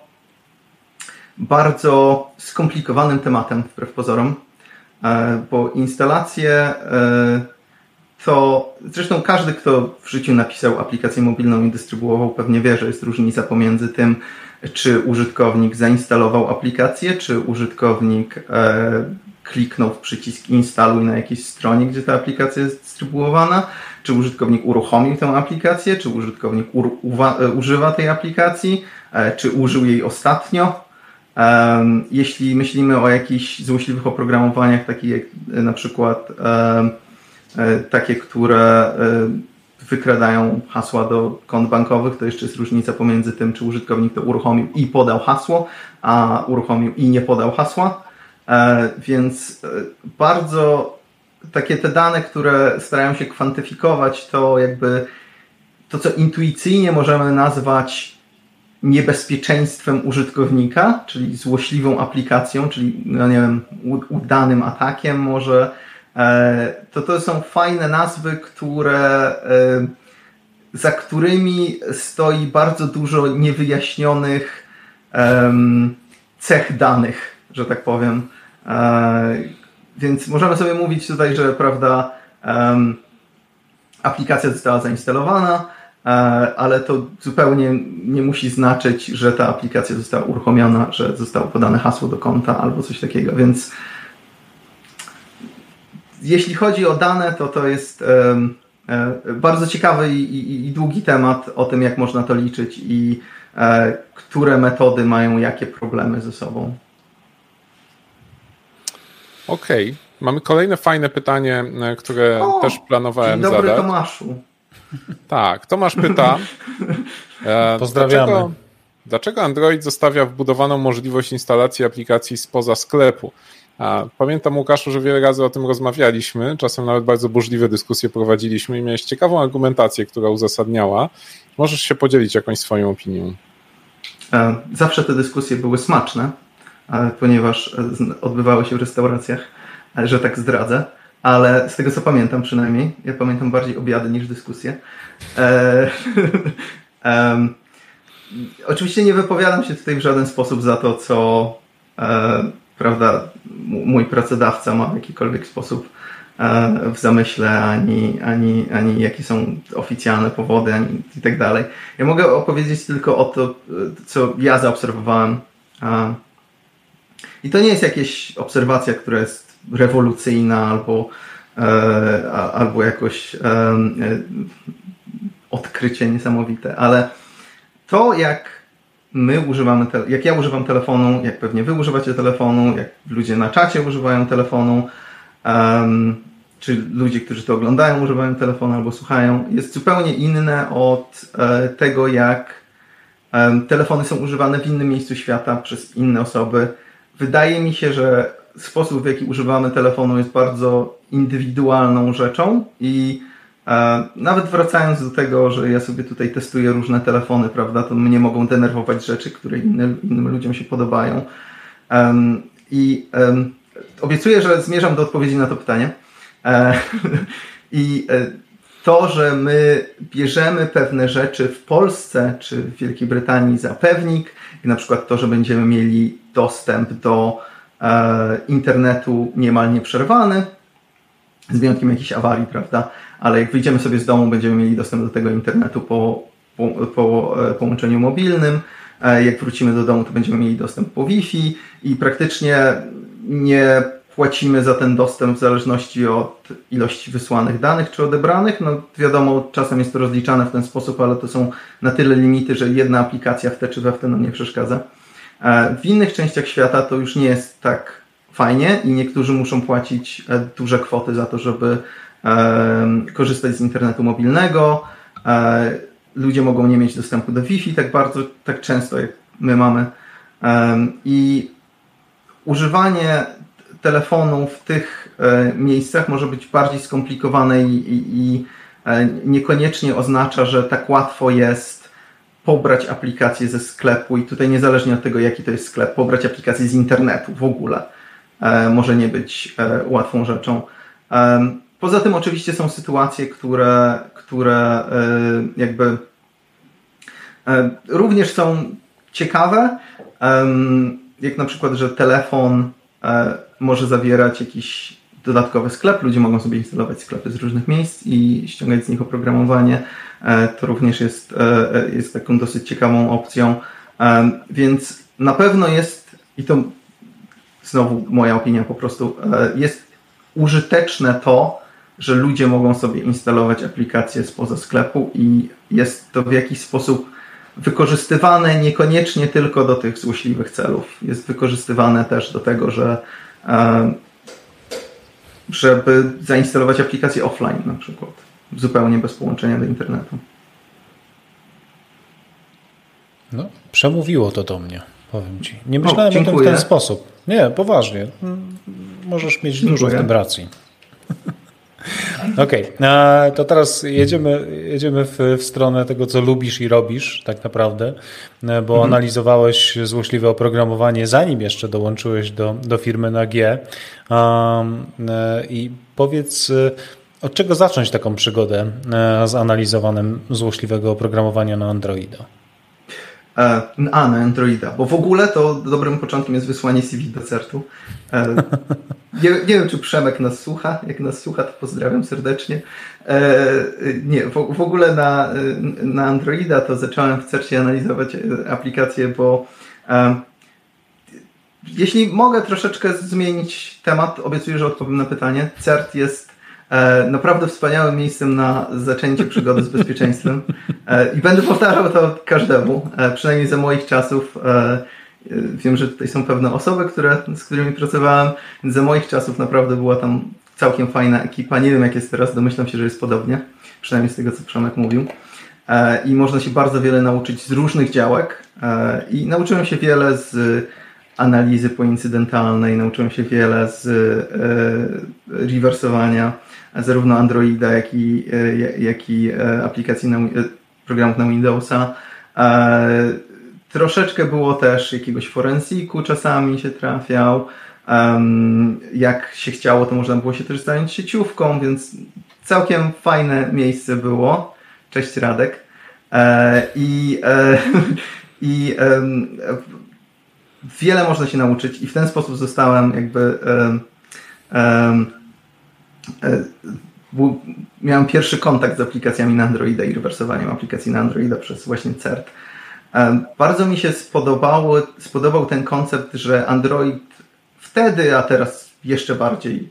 bardzo skomplikowanym tematem, wbrew pozorom, e, bo instalacje e, to, zresztą każdy, kto w życiu napisał aplikację mobilną i dystrybuował, pewnie wie, że jest różnica pomiędzy tym, czy użytkownik zainstalował aplikację, czy użytkownik e, kliknął w przycisk instaluj na jakiejś stronie, gdzie ta aplikacja jest dystrybuowana, czy użytkownik uruchomił tę aplikację, czy użytkownik u- używa tej aplikacji, e, czy użył jej ostatnio. E, jeśli myślimy o jakichś złośliwych oprogramowaniach, takich jak e, na przykład e, e, takie, które e, wykradają hasła do kont bankowych, to jeszcze jest różnica pomiędzy tym, czy użytkownik to uruchomił i podał hasło, a uruchomił i nie podał hasła. E, więc bardzo takie te dane, które starają się kwantyfikować, to jakby to, co intuicyjnie możemy nazwać niebezpieczeństwem użytkownika, czyli złośliwą aplikacją, czyli no nie wiem, udanym atakiem może, to to są fajne nazwy, które, za którymi stoi bardzo dużo niewyjaśnionych cech danych, że tak powiem. Więc możemy sobie mówić tutaj, że prawda, aplikacja została zainstalowana, ale to zupełnie nie musi znaczyć, że ta aplikacja została uruchomiona, że zostało podane hasło do konta albo coś takiego, więc jeśli chodzi o dane, to to jest um, e, bardzo ciekawy i, i, i długi temat o tym, jak można to liczyć i e, które metody mają jakie problemy ze sobą. Okej. Okay. Mamy kolejne fajne pytanie, które o, też planowałem dzień dobry, zadać. Tomaszu. Tak, Tomasz pyta. Pozdrawiamy. Dlaczego, Dlaczego Android zostawia wbudowaną możliwość instalacji aplikacji spoza sklepu? A pamiętam, Łukaszu, że wiele razy o tym rozmawialiśmy, czasem nawet bardzo burzliwe dyskusje prowadziliśmy i miałeś ciekawą argumentację, która uzasadniała. Możesz się podzielić jakąś swoją opinią. Zawsze te dyskusje były smaczne, ponieważ odbywały się w restauracjach, że tak zdradzę, ale z tego co pamiętam przynajmniej, ja pamiętam bardziej obiady niż dyskusje. um, oczywiście nie wypowiadam się tutaj w żaden sposób za to, co e, prawda, mój pracodawca ma w jakikolwiek sposób e, w zamyśle, ani, ani, ani jakie są oficjalne powody, ani i tak dalej. Ja mogę opowiedzieć tylko o to, co ja zaobserwowałem. E, I to nie jest jakaś obserwacja, która jest rewolucyjna albo, e, albo jakoś e, e, odkrycie niesamowite, ale to jak my używamy, te, jak ja używam telefonu, jak pewnie wy używacie telefonu, jak ludzie na czacie używają telefonu, um, czy ludzie, którzy to oglądają, używają telefonu albo słuchają, jest zupełnie inne od e, tego, jak e, telefony są używane w innym miejscu świata przez inne osoby. Wydaje mi się, że sposób, w jaki używamy telefonu, jest bardzo indywidualną rzeczą i e, nawet wracając do tego, że ja sobie tutaj testuję różne telefony, prawda, to mnie mogą denerwować rzeczy, które inny, innym ludziom się podobają. Um, I um, obiecuję, że zmierzam do odpowiedzi na to pytanie. E, I e, to, że my bierzemy pewne rzeczy w Polsce czy w Wielkiej Brytanii za pewnik, i na przykład to, że będziemy mieli dostęp do e, internetu niemal nieprzerwany, z wyjątkiem jakichś awarii, prawda? Ale jak wyjdziemy sobie z domu, będziemy mieli dostęp do tego internetu po, po, po e, połączeniu mobilnym. E, jak wrócimy do domu, to będziemy mieli dostęp po Wi-Fi i praktycznie nie płacimy za ten dostęp w zależności od ilości wysłanych danych czy odebranych. No wiadomo, czasem jest to rozliczane w ten sposób, ale to są na tyle limity, że jedna aplikacja w te czy we w te nam nie przeszkadza. W innych częściach świata to już nie jest tak fajnie i niektórzy muszą płacić duże kwoty za to, żeby korzystać z internetu mobilnego. Ludzie mogą nie mieć dostępu do Wi-Fi tak bardzo, tak często jak my mamy. I używanie telefonu w tych e, miejscach może być bardziej skomplikowane i, i, i e, niekoniecznie oznacza, że tak łatwo jest pobrać aplikację ze sklepu i tutaj niezależnie od tego, jaki to jest sklep, pobrać aplikację z internetu w ogóle e, może nie być e, łatwą rzeczą. E, poza tym oczywiście są sytuacje, które, które e, jakby e, również są ciekawe, e, jak na przykład, że telefon e, może zawierać jakiś dodatkowy sklep. Ludzie mogą sobie instalować sklepy z różnych miejsc i ściągać z nich oprogramowanie. To również jest, jest taką dosyć ciekawą opcją. Więc na pewno jest, i to znowu moja opinia po prostu, jest użyteczne to, że ludzie mogą sobie instalować aplikacje spoza sklepu i jest to w jakiś sposób wykorzystywane niekoniecznie tylko do tych złośliwych celów. Jest wykorzystywane też do tego, że żeby zainstalować aplikację offline na przykład, zupełnie bez połączenia do internetu. No, przemówiło to do mnie, powiem ci. Nie myślałem o, o tym w ten sposób. Nie, poważnie. Możesz mieć dziękuję. Dużo w tym racji. Okej, okay. To teraz jedziemy, jedziemy w, w stronę tego, co lubisz i robisz tak naprawdę, bo mhm. analizowałeś złośliwe oprogramowanie, zanim jeszcze dołączyłeś do, do firmy na G. Um, I powiedz, od czego zacząć taką przygodę z analizowanym złośliwego oprogramowania na Androida? A, na Androida, bo w ogóle to dobrym początkiem jest wysłanie C V do certu. Nie, nie wiem, czy Przemek nas słucha. Jak nas słucha, to pozdrawiam serdecznie. Nie, w, w ogóle na, na Androida to zacząłem w cercie analizować aplikację, bo jeśli mogę troszeczkę zmienić temat, obiecuję, że odpowiem na pytanie. Cert jest naprawdę wspaniałym miejscem na zaczęcie przygody z bezpieczeństwem i będę powtarzał to każdemu, przynajmniej za moich czasów. Wiem, że tutaj są pewne osoby, które, z którymi pracowałem, więc za moich czasów naprawdę była tam całkiem fajna ekipa. Nie wiem, jak jest teraz, domyślam się, że jest podobnie, przynajmniej z tego, co Przemek mówił. i można się bardzo wiele nauczyć z różnych działek i nauczyłem się wiele z analizy poincydentalnej, nauczyłem się wiele z rewersowania zarówno Androida, jak i, jak i aplikacji na, programów na Windowsa. Troszeczkę było też jakiegoś forensiku, czasami się trafiał. Jak się chciało, to można było się też zająć sieciówką, więc całkiem fajne miejsce było. Cześć Radek. I, i wiele można się nauczyć i w ten sposób zostałem jakby miałem pierwszy kontakt z aplikacjami na Androida i rewersowaniem aplikacji na Androida przez właśnie C E R T. Bardzo mi się spodobało, spodobał ten koncept, że Android wtedy, a teraz jeszcze bardziej,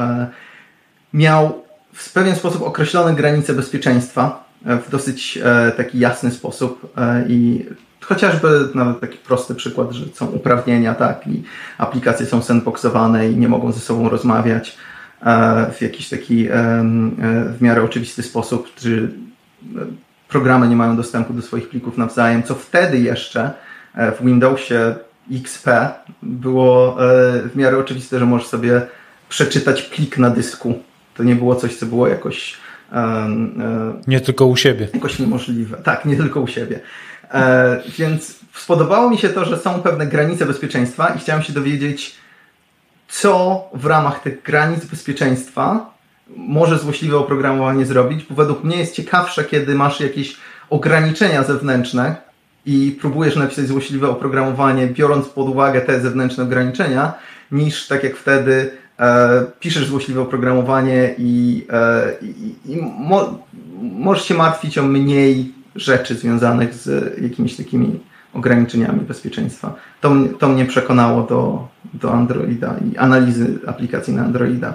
miał w pewien sposób określone granice bezpieczeństwa w dosyć taki jasny sposób i chociażby nawet taki prosty przykład, że są uprawnienia, tak, i aplikacje są sandboxowane i nie mogą ze sobą rozmawiać w jakiś taki w miarę oczywisty sposób, czy programy nie mają dostępu do swoich plików nawzajem, co wtedy jeszcze w Windowsie X P było w miarę oczywiste, że możesz sobie przeczytać plik na dysku. To nie było coś, co było jakoś nie tylko u siebie. Jakoś niemożliwe. Tak, nie tylko u siebie. Więc spodobało mi się to, że są pewne granice bezpieczeństwa i chciałem się dowiedzieć, co w ramach tych granic bezpieczeństwa może złośliwe oprogramowanie zrobić, bo według mnie jest ciekawsze, kiedy masz jakieś ograniczenia zewnętrzne i próbujesz napisać złośliwe oprogramowanie, biorąc pod uwagę te zewnętrzne ograniczenia, niż tak jak wtedy e, piszesz złośliwe oprogramowanie i, e, i, i mo, możesz się martwić o mniej rzeczy związanych z jakimiś takimi ograniczeniami bezpieczeństwa. To, to mnie przekonało do, do Androida i analizy aplikacji na Androida.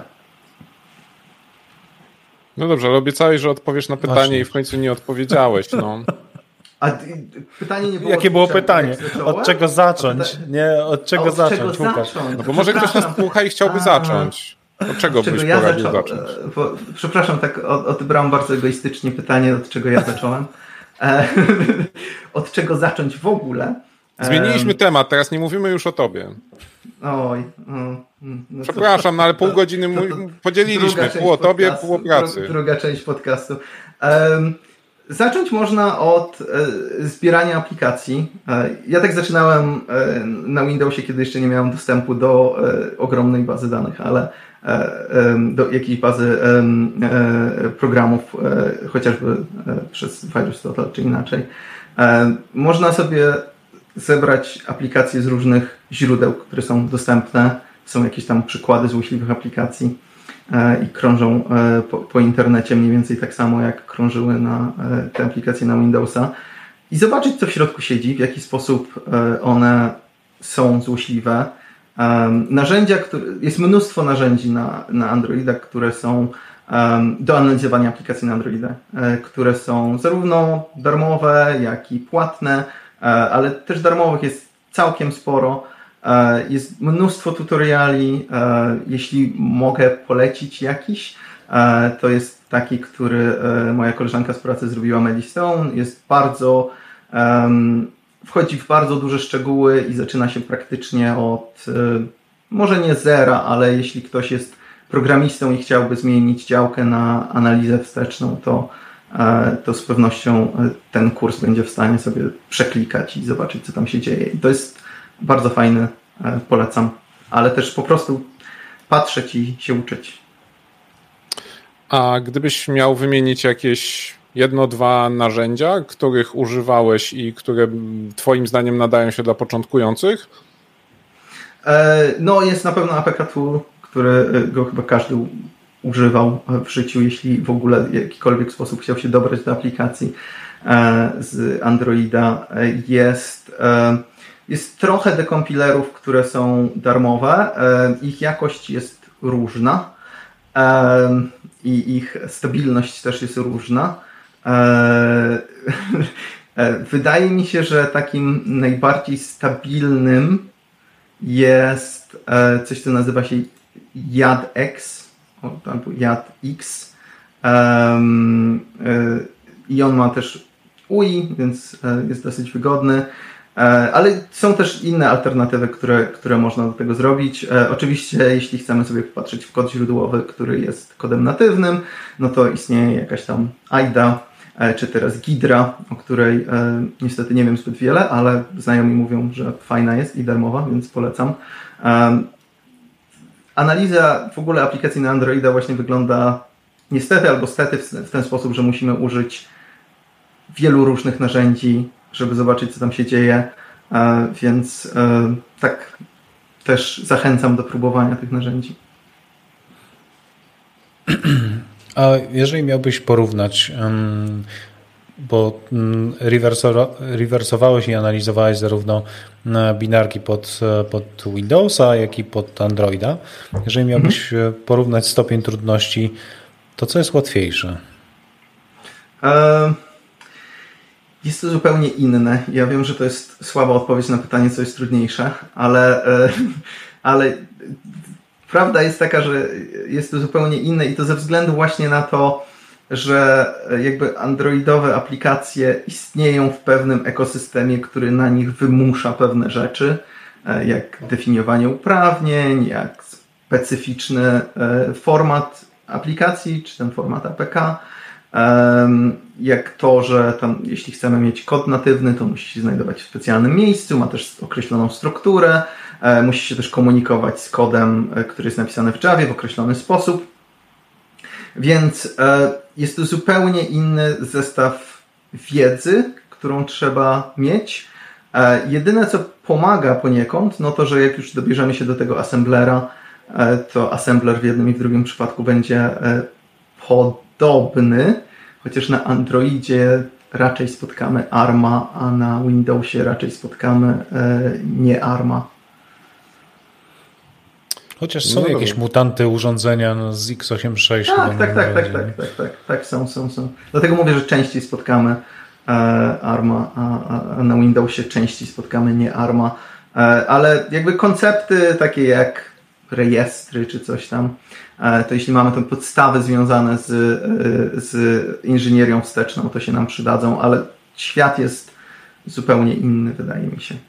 No dobrze, ale obiecałeś, że odpowiesz na pytanie Właśnie. i w końcu nie odpowiedziałeś. No. A pytanie nie było... Jakie było pytanie? Od czego zacząć? Nie, od czego od zacząć, czego Łukasz? zacząć? No bo może ktoś nas słucha i chciałby A, zacząć. Od czego byś ja poradził zaczął, zacząć? Bo, przepraszam, tak odebrałem bardzo egoistycznie pytanie, od czego ja zacząłem. Od czego zacząć w ogóle? Zmieniliśmy um, temat, teraz nie mówimy już o tobie. Oj. No, no Przepraszam, no ale pół godziny to, to, podzieliliśmy. Pół o tobie, pół o pracy. Druga, druga część podcastu. Um, zacząć można od e, zbierania aplikacji. E, ja tak zaczynałem e, na Windowsie, kiedy jeszcze nie miałem dostępu do e, ogromnej bazy danych, ale e, e, do jakiejś bazy e, e, programów, e, chociażby e, przez VirusTotal czy inaczej. E, można sobie zebrać aplikacje z różnych źródeł, które są dostępne. Są jakieś tam przykłady złośliwych aplikacji e, i krążą e, po, po internecie mniej więcej tak samo, jak krążyły na e, te aplikacje na Windowsa. I zobaczyć, co w środku siedzi, w jaki sposób e, one są złośliwe. E, narzędzia, które, jest mnóstwo narzędzi na, na Androida, które są e, do analizowania aplikacji na Androida, e, które są zarówno darmowe, jak i płatne, ale też darmowych jest całkiem sporo. Jest mnóstwo tutoriali. Jeśli mogę polecić jakiś, to jest taki, który moja koleżanka z pracy zrobiła, Melly Stone. Jest bardzo, wchodzi w bardzo duże szczegóły i zaczyna się praktycznie od, może nie zera, ale jeśli ktoś jest programistą i chciałby zmienić działkę na analizę wsteczną, to to z pewnością ten kurs będzie w stanie sobie przeklikać i zobaczyć, co tam się dzieje. I to jest bardzo fajne, polecam. Ale też po prostu patrzeć i się uczyć. A gdybyś miał wymienić jakieś jedno, dwa narzędzia, których używałeś i które twoim zdaniem nadają się dla początkujących? No jest na pewno A P K Tool, którego chyba każdy używał w życiu, jeśli w ogóle w jakikolwiek sposób chciał się dobrać do aplikacji z Androida. Jest, jest trochę dekompilerów, które są darmowe. Ich jakość jest różna i ich stabilność też jest różna. Wydaje mi się, że takim najbardziej stabilnym jest coś, co nazywa się JADX albo JADX um, y, i on ma też U I, więc jest dosyć wygodny. Ale są też inne alternatywy, które, które można do tego zrobić. Oczywiście, jeśli chcemy sobie popatrzeć w kod źródłowy, który jest kodem natywnym, no to istnieje jakaś tam Aida, czy teraz Ghidra, o której niestety nie wiem zbyt wiele, ale znajomi mówią, że fajna jest i darmowa, więc polecam. Analiza w ogóle aplikacji na Androida właśnie wygląda niestety albo stety w ten sposób, że musimy użyć wielu różnych narzędzi, żeby zobaczyć, co tam się dzieje, więc tak też zachęcam do próbowania tych narzędzi. A jeżeli miałbyś porównać, bo rewersowałeś i analizowałeś zarówno binarki pod, pod Windowsa, jak i pod Androida, jeżeli miałbyś mhm. porównać stopień trudności, to co jest łatwiejsze? Um. Jest to zupełnie inne. Ja wiem, że to jest słaba odpowiedź na pytanie, co jest trudniejsze, ale, ale prawda jest taka, że jest to zupełnie inne i to ze względu właśnie na to, że jakby androidowe aplikacje istnieją w pewnym ekosystemie, który na nich wymusza pewne rzeczy, jak definiowanie uprawnień, jak specyficzny format aplikacji, czy ten format A P K, jak to, że tam, jeśli chcemy mieć kod natywny, to musi się znajdować w specjalnym miejscu, ma też określoną strukturę, musi się też komunikować z kodem, który jest napisany w Javie w określony sposób. Więc jest to zupełnie inny zestaw wiedzy, którą trzeba mieć. Jedyne, co pomaga poniekąd, no to, że jak już dobierzemy się do tego assemblera, to assembler w jednym i w drugim przypadku będzie podobny, chociaż na Androidzie raczej spotkamy ARMA, a na Windowsie raczej spotkamy nie ARMA. Chociaż są no jakieś dobra. mutanty urządzenia z X osiemdziesiąt sześć. Tak, tak, tak, tak, tak, tak, tak, tak, są, są, są. Dlatego mówię, że częściej spotkamy ARMA, a na Windowsie częściej spotkamy nie ARMA. Ale jakby koncepty takie jak rejestry czy coś tam, to jeśli mamy te podstawy związane z, z inżynierią wsteczną, to się nam przydadzą, ale świat jest zupełnie inny, wydaje mi się.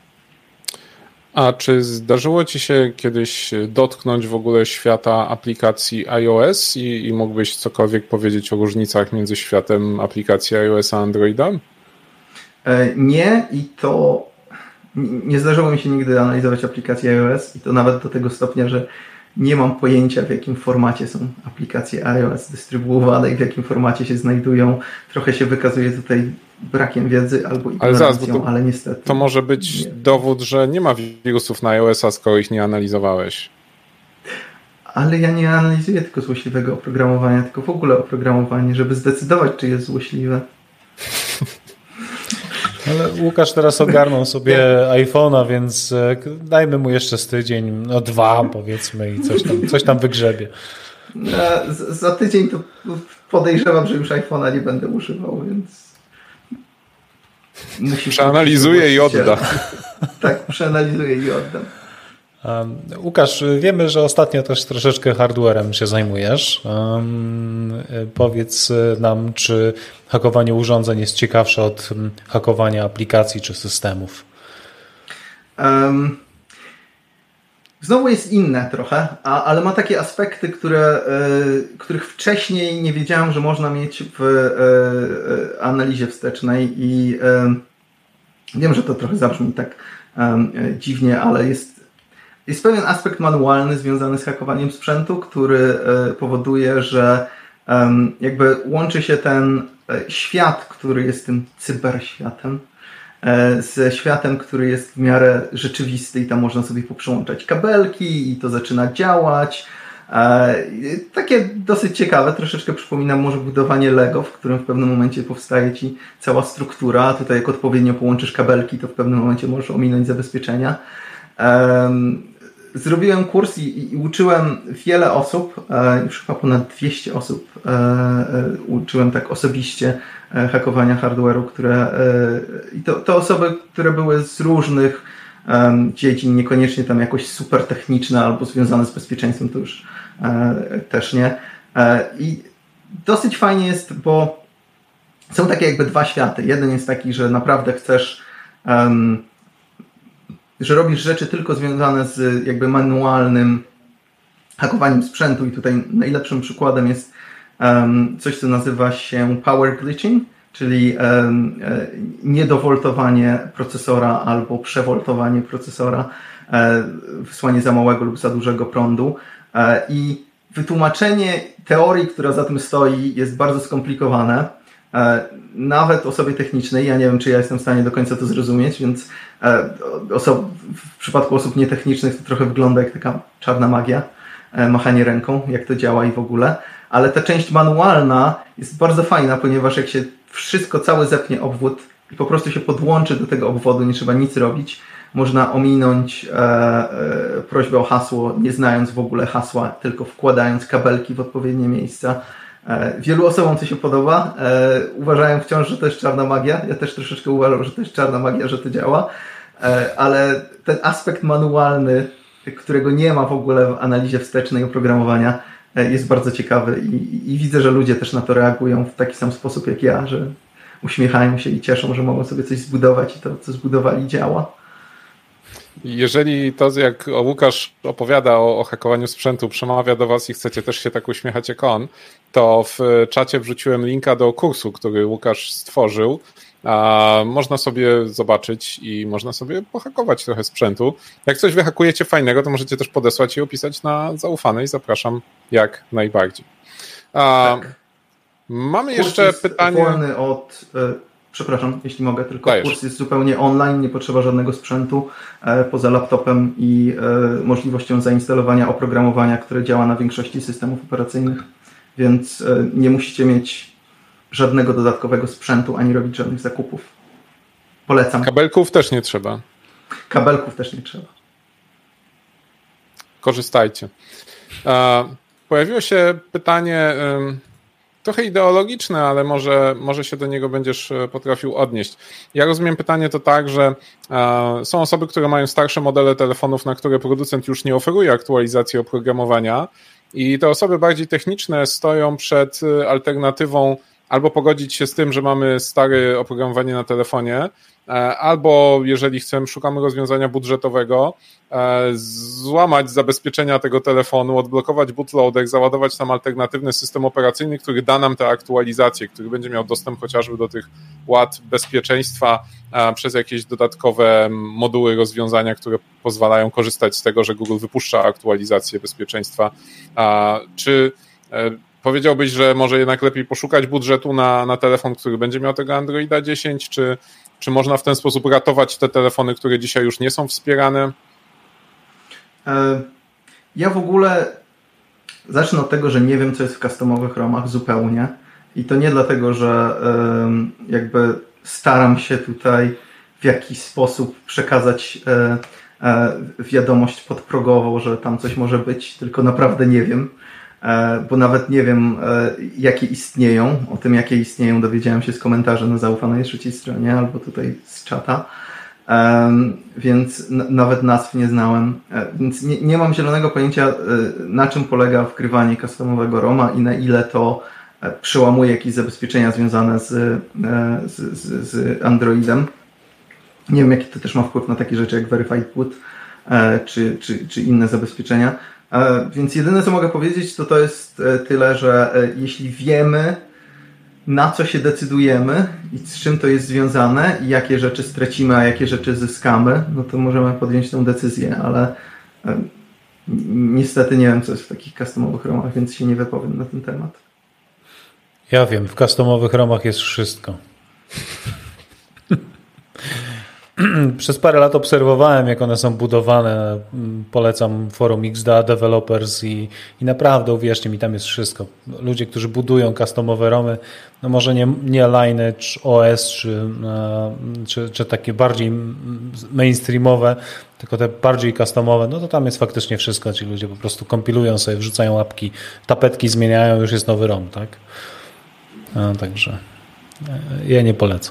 A czy zdarzyło Ci się kiedyś dotknąć w ogóle świata aplikacji iOS i, i mógłbyś cokolwiek powiedzieć o różnicach między światem aplikacji iOS a Androida? Nie i to nie zdarzyło mi się nigdy analizować aplikacji iOS i to nawet do tego stopnia, że nie mam pojęcia, w jakim formacie są aplikacje iOS dystrybuowane i w jakim formacie się znajdują. Trochę się wykazuje tutaj brakiem wiedzy albo ignorancją, ale, zaraz, to, ale niestety. To może być nie. dowód, że nie ma wirusów na iOS-a, skoro ich nie analizowałeś. Ale ja nie analizuję tylko złośliwego oprogramowania, tylko w ogóle oprogramowanie, żeby zdecydować, czy jest złośliwe. Ale Łukasz teraz ogarnął sobie iPhone'a, więc dajmy mu jeszcze z tydzień, no dwa powiedzmy i coś tam, coś tam wygrzebie. Za tydzień to podejrzewam, że już iPhone'a nie będę używał, więc... Musi przeanalizuję i odda. Tak, przeanalizuję i oddam. Um, Łukasz, wiemy, że ostatnio też troszeczkę hardwarem się zajmujesz. Um, powiedz nam, czy hakowanie urządzeń jest ciekawsze od hakowania aplikacji czy systemów? Um, znowu jest inne trochę, a, ale ma takie aspekty, które, y, których wcześniej nie wiedziałem, że można mieć w y, y, analizie wstecznej i y, wiem, że to trochę zabrzmi tak y, dziwnie, ale jest Jest pewien aspekt manualny związany z hakowaniem sprzętu, który powoduje, że jakby łączy się ten świat, który jest tym cyberświatem, ze światem, który jest w miarę rzeczywisty i tam można sobie poprzełączać kabelki i to zaczyna działać. Takie dosyć ciekawe, troszeczkę przypomina może budowanie Lego, w którym w pewnym momencie powstaje ci cała struktura. Tutaj jak odpowiednio połączysz kabelki, to w pewnym momencie możesz ominąć zabezpieczenia. Zrobiłem kurs i, i uczyłem wiele osób, już chyba ponad dwieście osób uczyłem tak osobiście hakowania hardware'u, które i to, to osoby, które były z różnych dziedzin, niekoniecznie tam jakoś super techniczne albo związane z bezpieczeństwem, to już też nie. I dosyć fajnie jest, bo są takie jakby dwa światy. Jeden jest taki, że naprawdę chcesz, um, że robisz rzeczy tylko związane z jakby manualnym hakowaniem sprzętu i tutaj najlepszym przykładem jest um, coś, co nazywa się power glitching, czyli um, niedowoltowanie procesora albo przewoltowanie procesora, um, wysłanie za małego lub za dużego prądu um, i wytłumaczenie teorii, która za tym stoi, jest bardzo skomplikowane. Nawet osobie technicznej, ja nie wiem, czy ja jestem w stanie do końca to zrozumieć, więc w przypadku osób nietechnicznych to trochę wygląda jak taka czarna magia, machanie ręką, jak to działa i w ogóle, ale ta część manualna jest bardzo fajna, ponieważ jak się wszystko, cały zepnie obwód i po prostu się podłączy do tego obwodu, nie trzeba nic robić, można ominąć e, e, prośbę o hasło, nie znając w ogóle hasła, tylko wkładając kabelki w odpowiednie miejsca. E, wielu osobom to się podoba. E, uważają wciąż, że to jest czarna magia. Ja też troszeczkę uważam, że to jest czarna magia, że to działa. E, ale ten aspekt manualny, którego nie ma w ogóle w analizie wstecznej oprogramowania, e, jest bardzo ciekawy i, i, i widzę, że ludzie też na to reagują w taki sam sposób jak ja, że uśmiechają się i cieszą, że mogą sobie coś zbudować i to, co zbudowali, działa. Jeżeli to, jak Łukasz opowiada o, o hakowaniu sprzętu, przemawia do was i chcecie też się tak uśmiechać jak on, to w czacie wrzuciłem linka do kursu, który Łukasz stworzył. A można sobie zobaczyć i można sobie pohakować trochę sprzętu. Jak coś wyhakujecie fajnego, to możecie też podesłać i opisać na zaufanej. Zapraszam jak najbardziej. A, tak. Mamy kurs jeszcze jest pytanie. Wolny od... Przepraszam, jeśli mogę, tylko Dajesz. Kurs jest zupełnie online, nie potrzeba żadnego sprzętu e, poza laptopem i e, możliwością zainstalowania oprogramowania, które działa na większości systemów operacyjnych, więc e, nie musicie mieć żadnego dodatkowego sprzętu, ani robić żadnych zakupów. Polecam. Kabelków też nie trzeba. Kabelków też nie trzeba. Korzystajcie. E, pojawiło się pytanie... E, trochę ideologiczne, ale może, może się do niego będziesz potrafił odnieść. Ja rozumiem pytanie to tak, że e, są osoby, które mają starsze modele telefonów, na które producent już nie oferuje aktualizacji oprogramowania i te osoby bardziej techniczne stoją przed alternatywą albo pogodzić się z tym, że mamy stare oprogramowanie na telefonie, albo jeżeli chcemy, szukamy rozwiązania budżetowego, złamać zabezpieczenia tego telefonu, odblokować bootloader, załadować tam alternatywny system operacyjny, który da nam te aktualizacje, który będzie miał dostęp chociażby do tych łat bezpieczeństwa przez jakieś dodatkowe moduły rozwiązania, które pozwalają korzystać z tego, że Google wypuszcza aktualizacje bezpieczeństwa. Czy powiedziałbyś, że może jednak lepiej poszukać budżetu na, na telefon, który będzie miał tego Androida dziesięć, czy, czy można w ten sposób ratować te telefony, które dzisiaj już nie są wspierane? Ja w ogóle zacznę od tego, że nie wiem, co jest w customowych ROMach zupełnie i to nie dlatego, że jakby staram się tutaj w jakiś sposób przekazać wiadomość podprogową, że tam coś może być, tylko naprawdę nie wiem. Bo nawet nie wiem, jakie istnieją. O tym, jakie istnieją, dowiedziałem się z komentarzy na zaufanej trzeciej stronie albo tutaj z czata, więc n- nawet nazw nie znałem. Więc nie, nie mam zielonego pojęcia, na czym polega wgrywanie customowego ROMa i na ile to przełamuje jakieś zabezpieczenia związane z, z, z, z Androidem. Nie wiem, jaki to też ma wpływ na takie rzeczy jak Verified Boot czy, czy, czy inne zabezpieczenia. Więc jedyne, co mogę powiedzieć, to to jest tyle, że jeśli wiemy, na co się decydujemy i z czym to jest związane i jakie rzeczy stracimy, a jakie rzeczy zyskamy, no to możemy podjąć tę decyzję, ale niestety nie wiem, co jest w takich customowych ROMach, więc się nie wypowiem na ten temat. Ja wiem, w customowych ROMach jest wszystko. Przez parę lat obserwowałem, jak one są budowane. Polecam forum X D A Developers i, i naprawdę, uwierzcie mi, tam jest wszystko. Ludzie, którzy budują customowe ROMy, no może nie, nie Lineage O S czy, czy, czy takie bardziej mainstreamowe, tylko te bardziej customowe, no to tam jest faktycznie wszystko. Ci ludzie po prostu kompilują sobie, wrzucają apki, tapetki zmieniają, już jest nowy ROM, tak? No, także ja nie polecam.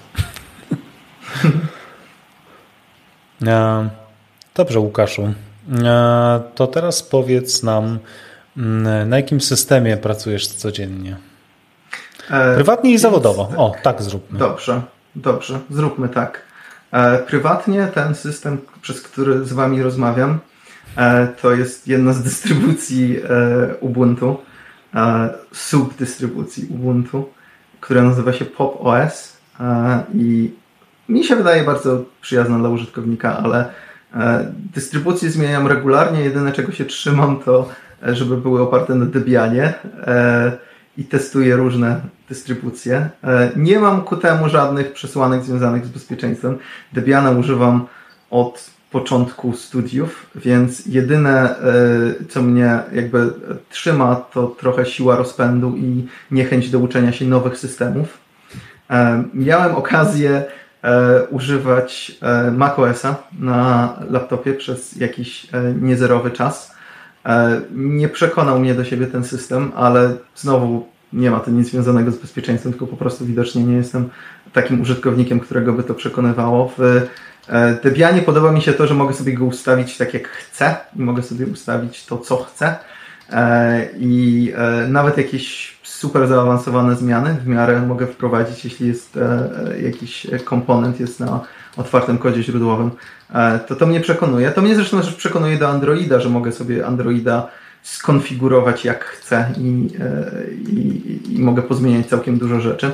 Dobrze, Łukaszu. To teraz powiedz nam, na jakim systemie pracujesz codziennie? Prywatnie i zawodowo. O, tak zróbmy. Dobrze, dobrze, zróbmy tak. E, prywatnie ten system, przez który z wami rozmawiam, e, to jest jedna z dystrybucji e, Ubuntu, e, subdystrybucji Ubuntu, która nazywa się Pop O S e, i mi się wydaje bardzo przyjazna dla użytkownika, ale e, dystrybucje zmieniam regularnie. Jedyne, czego się trzymam, to żeby były oparte na Debianie e, i testuję różne dystrybucje. E, nie mam ku temu żadnych przesłanek związanych z bezpieczeństwem. Debiana używam od początku studiów, więc jedyne, e, co mnie jakby trzyma, to trochę siła rozpędu i niechęć do uczenia się nowych systemów. E, miałem okazję e, używać e, macOSa na laptopie przez jakiś e, niezerowy czas. Nie przekonał mnie do siebie ten system, ale znowu nie ma to nic związanego z bezpieczeństwem, tylko po prostu widocznie nie jestem takim użytkownikiem, którego by to przekonywało. W Debianie podoba mi się to, że mogę sobie go ustawić tak jak chcę i mogę sobie ustawić to, co chcę i nawet jakieś super zaawansowane zmiany w miarę mogę wprowadzić, jeśli jest jakiś komponent jest na otwartym kodzie źródłowym. To to mnie przekonuje. To mnie zresztą też przekonuje do Androida, że mogę sobie Androida skonfigurować jak chcę i, i, i mogę pozmieniać całkiem dużo rzeczy.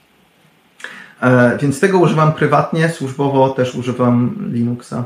Więc tego używam prywatnie, służbowo też używam Linuxa.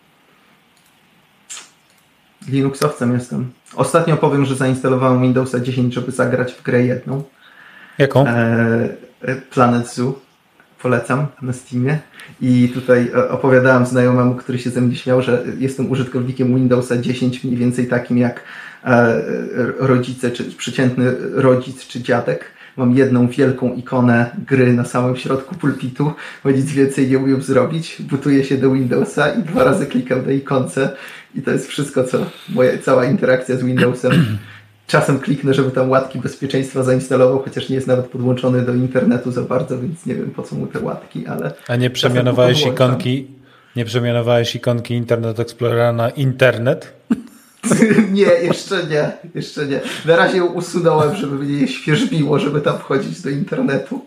Linuxowcem jestem. Ostatnio powiem, że zainstalowałem Windowsa dziesięć, żeby zagrać w grę jedną. Jaką? Planet Zoo. Polecam na Steamie. I tutaj opowiadałem znajomemu, który się ze mnie śmiał, że jestem użytkownikiem Windowsa dziesięć, mniej więcej takim jak rodzice, czy przeciętny rodzic, czy dziadek. Mam jedną wielką ikonę gry na samym środku pulpitu, bo nic więcej nie umiem zrobić. Butuję się do Windowsa i dwa razy klikam na ikonce i to jest wszystko, co moja cała interakcja z Windowsem. Czasem kliknę, żeby tam łatki bezpieczeństwa zainstalował, chociaż nie jest nawet podłączony do internetu za bardzo, więc nie wiem, po co mu te łatki, ale... A nie przemianowałeś ikonki, nie przemianowałeś ikonki Internet Explorera na internet? Nie, jeszcze nie, jeszcze nie. Na razie ją usunąłem, żeby mnie nie świeżbiło, żeby tam wchodzić do internetu.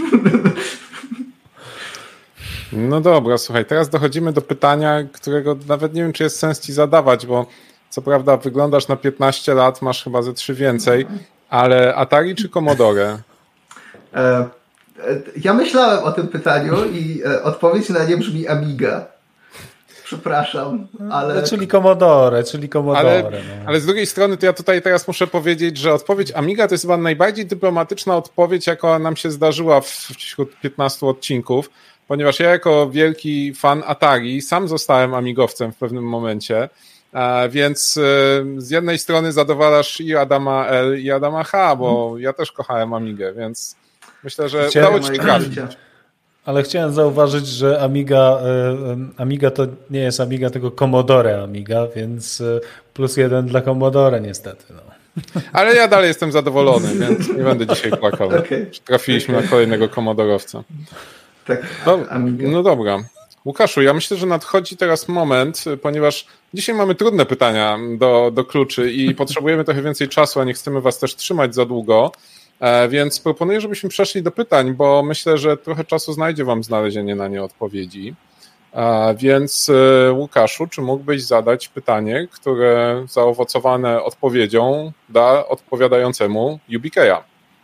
No dobra, słuchaj, teraz dochodzimy do pytania, którego nawet nie wiem, czy jest sens ci zadawać, bo co prawda wyglądasz na piętnaście lat, masz chyba ze trzy więcej, ale Atari czy Commodore? E, ja myślałem o tym pytaniu i odpowiedź na nie brzmi Amiga. Przepraszam, ale... Czyli Commodore, czyli Commodore. Ale, no. ale z drugiej strony to ja tutaj teraz muszę powiedzieć, że odpowiedź Amiga to jest chyba najbardziej dyplomatyczna odpowiedź, jaka nam się zdarzyła wśród piętnastu odcinków, ponieważ ja jako wielki fan Atari sam zostałem amigowcem w pewnym momencie, więc z jednej strony zadowalasz i Adama L i Adama H, bo ja też kochałem Amigę, więc myślę, że Chciałem udało ci się trafić. Ale chciałem zauważyć, że Amiga, Amiga to nie jest Amiga, tylko Commodore Amiga, więc plus jeden dla Commodore niestety. No. Ale ja dalej jestem zadowolony, więc nie będę dzisiaj płakał. Okay. Trafiliśmy okay. na kolejnego komodorowca. Tak, no, no dobra. Łukaszu, ja myślę, że nadchodzi teraz moment, ponieważ dzisiaj mamy trudne pytania do, do kluczy i potrzebujemy trochę więcej czasu, a nie chcemy was też trzymać za długo. Więc proponuję, żebyśmy przeszli do pytań, bo myślę, że trochę czasu znajdzie wam znalezienie na nie odpowiedzi. Więc Łukaszu, czy mógłbyś zadać pytanie, które zaowocowane odpowiedzią da odpowiadającemu U B K a?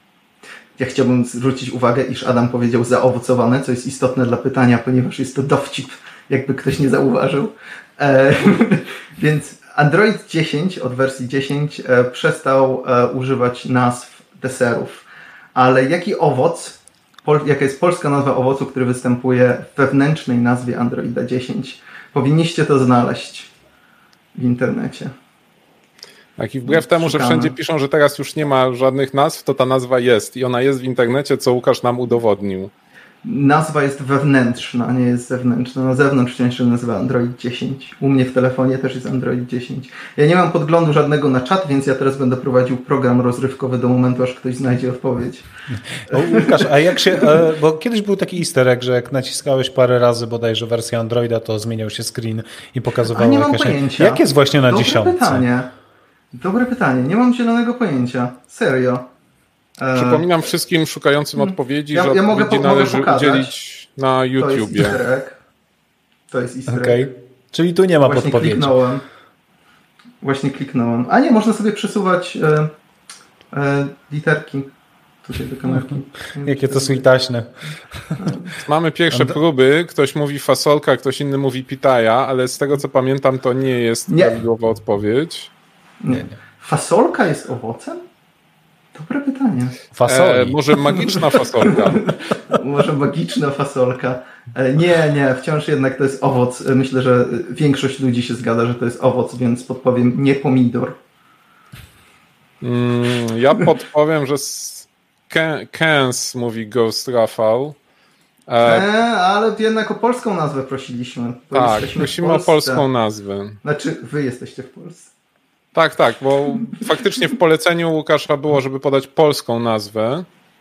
Ja chciałbym zwrócić uwagę, iż Adam powiedział zaowocowane, co jest istotne dla pytania, ponieważ jest to dowcip, jakby ktoś nie zauważył. E, więc Android dziesięć od wersji dziesięć e, przestał e, używać nazw deserów, ale jaki owoc, pol, jaka jest polska nazwa owocu, który występuje w wewnętrznej nazwie Androida dziesięć? Powinniście to znaleźć w internecie. Tak, i wbrew temu, że wszędzie piszą, że teraz już nie ma żadnych nazw, to ta nazwa jest i ona jest w internecie, co Łukasz nam udowodnił. Nazwa jest wewnętrzna, nie jest zewnętrzna. Na zewnątrz wciąż się nazywa Android dziesięć. U mnie w telefonie też jest Android dziesięć. Ja nie mam podglądu żadnego na czat, więc ja teraz będę prowadził program rozrywkowy do momentu, aż ktoś znajdzie odpowiedź. O, Łukasz, a jak się, bo kiedyś był taki easter egg, że jak naciskałeś parę razy bodajże wersję Androida, to zmieniał się screen i pokazywało nie mam jakaś... pojęcia. Jak jest właśnie na Dobre dziesiątce? pytanie. Dobre pytanie. Nie mam zielonego pojęcia. Serio. Przypominam wszystkim szukającym odpowiedzi, ja, że ja odpowiedzi mogę, należy mogę udzielić na YouTubie. To jest easter egg. To jest easter egg. Okay. Czyli tu nie ma Właśnie podpowiedzi. Kliknąłem. Właśnie kliknąłem. A nie, można sobie przesuwać e, e, literki. Tutaj do kamerki. Jakie to switaśne. Mamy pierwsze próby. Ktoś mówi fasolka, ktoś inny mówi pitaja, ale z tego co pamiętam, to nie jest nie. prawidłowa odpowiedź. Nie, nie. Fasolka jest owocem? Dobre pytanie. Fasoli. E, może magiczna fasolka. Może magiczna fasolka. Nie, nie, wciąż jednak to jest owoc. Myślę, że większość ludzi się zgadza, że to jest owoc, więc podpowiem nie pomidor. Mm, ja podpowiem, że Kens mówi Ghost Rafał. E, ale jednak o polską nazwę prosiliśmy. Tak, prosimy o polską nazwę. Znaczy, wy jesteście w Polsce. Tak, tak, bo faktycznie w poleceniu Łukasza było, żeby podać polską nazwę.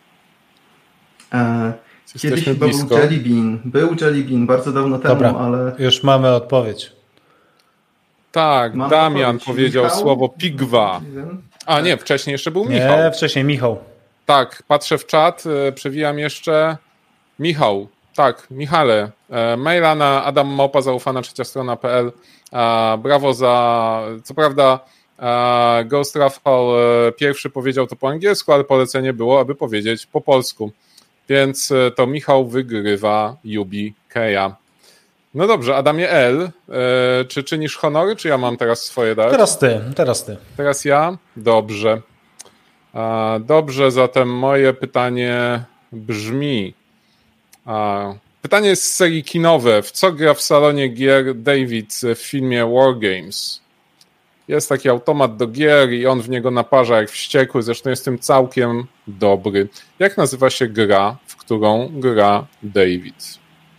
E, kiedyś był Jelly Bean. Był Jelly Bean bardzo dawno temu, Dobra, ale... już mamy odpowiedź. Tak, Mam Damian odpowiedź. powiedział Michał? słowo pigwa. A nie, wcześniej jeszcze był nie, Michał. Nie, wcześniej Michał. Tak, patrzę w czat, przewijam jeszcze. Michał, tak, Michale. Maila na adam małpa zaufana trzecia strona kropka p l. Brawo za, co prawda Ghost Rafał pierwszy powiedział to po angielsku, ale polecenie było, aby powiedzieć po polsku. Więc to Michał wygrywa Yubi Keja. No dobrze, Adamie L, czy czynisz honory, czy ja mam teraz swoje dać? Teraz ty, teraz ty. Teraz ja? Dobrze. Dobrze, zatem moje pytanie brzmi. Pytanie jest z serii kinowe. W co gra w salonie gier David w filmie War Games? Jest taki automat do gier i on w niego naparza jak wściekły, zresztą jest tym całkiem dobry. Jak nazywa się gra, w którą gra David?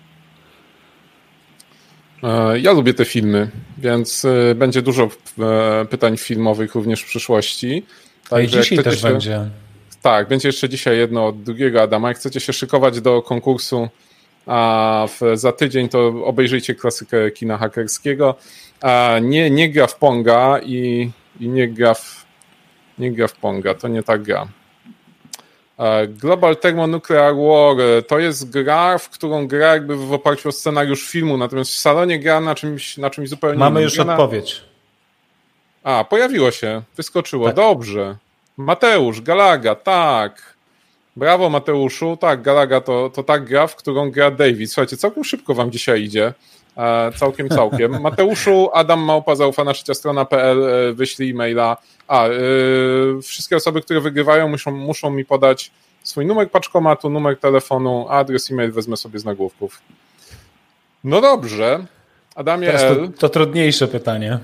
Ja lubię te filmy, więc będzie dużo pytań filmowych również w przyszłości. A i dzisiaj też się... będzie. Tak, będzie jeszcze dzisiaj jedno od drugiego Adama. Jak chcecie się szykować do konkursu a w, za tydzień, to obejrzyjcie klasykę kina hakerskiego. A nie, nie gra w Ponga i, i nie, gra w, nie gra w Ponga, to nie ta gra. Global Thermonuclear War to jest gra, w którą gra jakby w oparciu o scenariusz filmu, natomiast w salonie gra na czymś, na czymś zupełnie Mamy innym. już odpowiedź. A, pojawiło się, wyskoczyło, tak. Dobrze. Mateusz, Galaga, tak. Brawo Mateuszu, tak, Galaga to, to tak gra, w którą gra David. Słuchajcie, całkiem szybko wam dzisiaj idzie. E, całkiem, całkiem. Mateuszu, Adam Małpa, zaufana trzecia strona kropka p l, wyślij e-maila. A, yy, wszystkie osoby, które wygrywają, muszą, muszą mi podać swój numer paczkomatu, numer telefonu, adres e-mail wezmę sobie z nagłówków. No dobrze. Adamie Teraz L. To, to trudniejsze pytanie.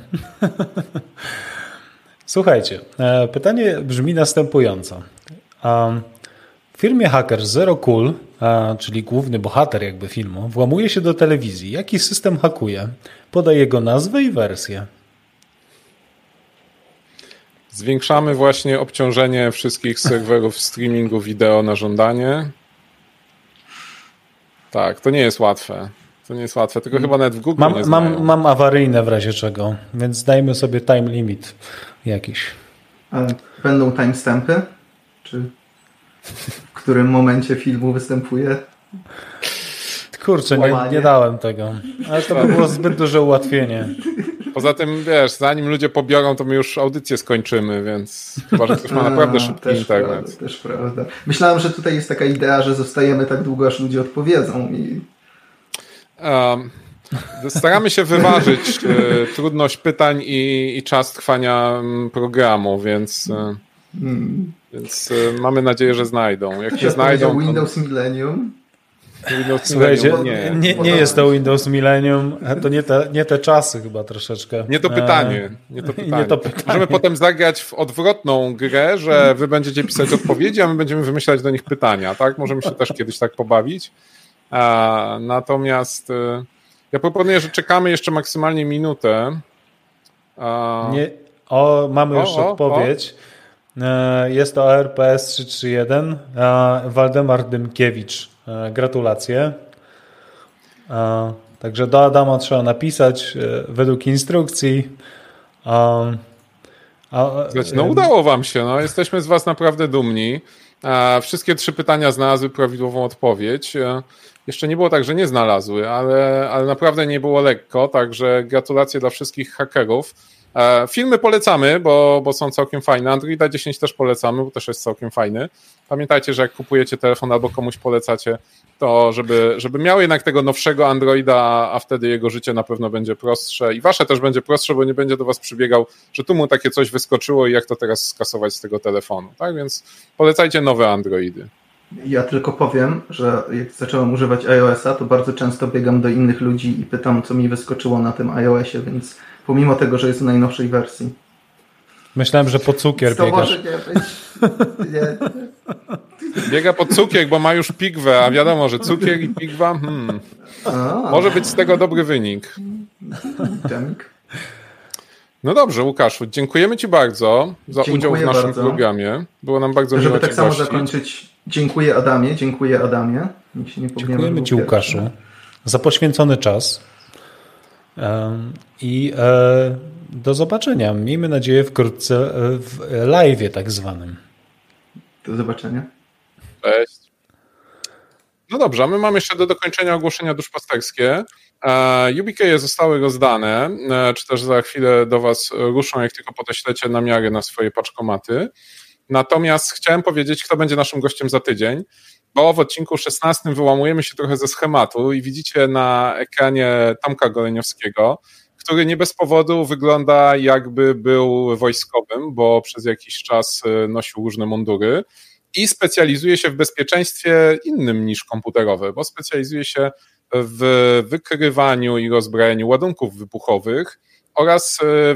Słuchajcie, pytanie brzmi następująco. W firmie Hacker Zero Cool, czyli główny bohater jakby filmu, włamuje się do telewizji. Jaki system hakuje? Podaj jego nazwę i wersję. Zwiększamy właśnie obciążenie wszystkich serwerów streamingu wideo na żądanie. Tak, to nie jest łatwe. To nie jest łatwe, tylko chyba nawet w Google mam, nie znają. Mam, mam awaryjne w razie czego, więc dajmy sobie time limit jakiś. A będą timestampy? Czy w którym momencie filmu występuje? Kurczę, nie, nie dałem tego. Ale to by było zbyt duże ułatwienie. Poza tym, wiesz, zanim ludzie pobiorą, to my już audycję skończymy, więc chyba, że ktoś ma naprawdę szybki też internet. Prawda, też prawda. Myślałem, że tutaj jest taka idea, że zostajemy tak długo, aż ludzie odpowiedzą. I... Um, staramy się wyważyć e, trudność pytań i, i czas trwania m, programu, więc, e, hmm. więc e, mamy nadzieję, że znajdą. Jak Ktoś nie znajdą... Windows Millennium? Windows Słuchajcie, Millennium, nie, nie, nie jest to Windows Millennium, to nie te, nie te czasy chyba troszeczkę. Nie to pytanie. Nie to pytanie. Nie to pytanie. Możemy potem zagrać w odwrotną grę, że wy będziecie pisać odpowiedzi, a my będziemy wymyślać do nich pytania, tak? Możemy się też kiedyś tak pobawić. A, natomiast y, ja proponuję, że czekamy jeszcze maksymalnie minutę. A... Nie, o, mamy już o, odpowiedź. O. Jest to A R P S trzysta trzydzieści jeden. Waldemar Dymkiewicz. Gratulacje. Także do Adama trzeba napisać według instrukcji. No udało wam się, no. Jesteśmy z was naprawdę dumni. Wszystkie trzy pytania znalazły prawidłową odpowiedź. Jeszcze nie było tak, że nie znalazły, ale, ale naprawdę nie było lekko, także gratulacje dla wszystkich hakerów. Filmy polecamy, bo, bo są całkiem fajne. Androida dziesięć też polecamy, bo też jest całkiem fajny. Pamiętajcie, że jak kupujecie telefon albo komuś polecacie, to żeby, żeby miał jednak tego nowszego Androida, a wtedy jego życie na pewno będzie prostsze i wasze też będzie prostsze, bo nie będzie do was przybiegał, że tu mu takie coś wyskoczyło i jak to teraz skasować z tego telefonu. Tak więc polecajcie nowe Androidy. Ja tylko powiem, że jak zacząłem używać iOS-a, to bardzo często biegam do innych ludzi i pytam, co mi wyskoczyło na tym iOS-ie, więc pomimo tego, że jest w najnowszej wersji. Myślałem, że po cukier to biegasz. Może nie być. Nie. Biega po cukier, bo ma już pigwę, a wiadomo, że cukier i pigwa, hmm, może być z tego dobry wynik. Dżemik. No dobrze, Łukaszu, dziękujemy ci bardzo za dziękuję udział w naszym bardzo. programie. Było nam bardzo Żeby miło tak cię samo gościć. zakończyć, dziękuję Adamie, dziękuję Adamie. Nikt się nie Dziękujemy ci, Łukaszu, za poświęcony czas i do zobaczenia. Miejmy nadzieję wkrótce w live'ie tak zwanym. Do zobaczenia. Cześć. No dobrze, a my mamy jeszcze do dokończenia ogłoszenia duszpasterskie. U B K zostały rozdane, czy też za chwilę do was ruszą, jak tylko podeślecie namiary na swoje paczkomaty. Natomiast chciałem powiedzieć, kto będzie naszym gościem za tydzień, bo w odcinku szesnastym wyłamujemy się trochę ze schematu i widzicie na ekranie Tomka Goleniowskiego, który nie bez powodu wygląda, jakby był wojskowym, bo przez jakiś czas nosił różne mundury i specjalizuje się w bezpieczeństwie innym niż komputerowe, bo specjalizuje się w wykrywaniu i rozbrajaniu ładunków wybuchowych oraz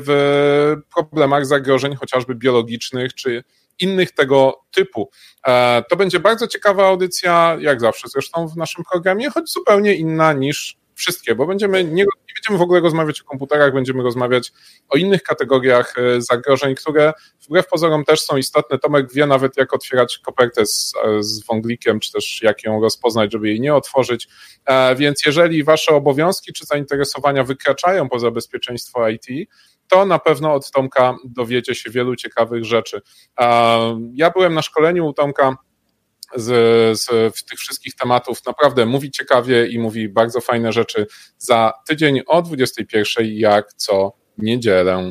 w problemach zagrożeń chociażby biologicznych czy innych tego typu. To będzie bardzo ciekawa audycja, jak zawsze zresztą w naszym programie, choć zupełnie inna niż wszystkie, bo będziemy nie, nie będziemy w ogóle rozmawiać o komputerach, będziemy rozmawiać o innych kategoriach zagrożeń, które wbrew pozorom też są istotne. Tomek wie nawet, jak otwierać kopertę z, z wąglikiem, czy też jak ją rozpoznać, żeby jej nie otworzyć. Więc jeżeli wasze obowiązki czy zainteresowania wykraczają poza bezpieczeństwo I T, to na pewno od Tomka dowiecie się wielu ciekawych rzeczy. Ja byłem na szkoleniu u Tomka Z, z tych wszystkich tematów. Naprawdę mówi ciekawie i mówi bardzo fajne rzeczy za tydzień o dwudziestej pierwszej, jak co niedzielę.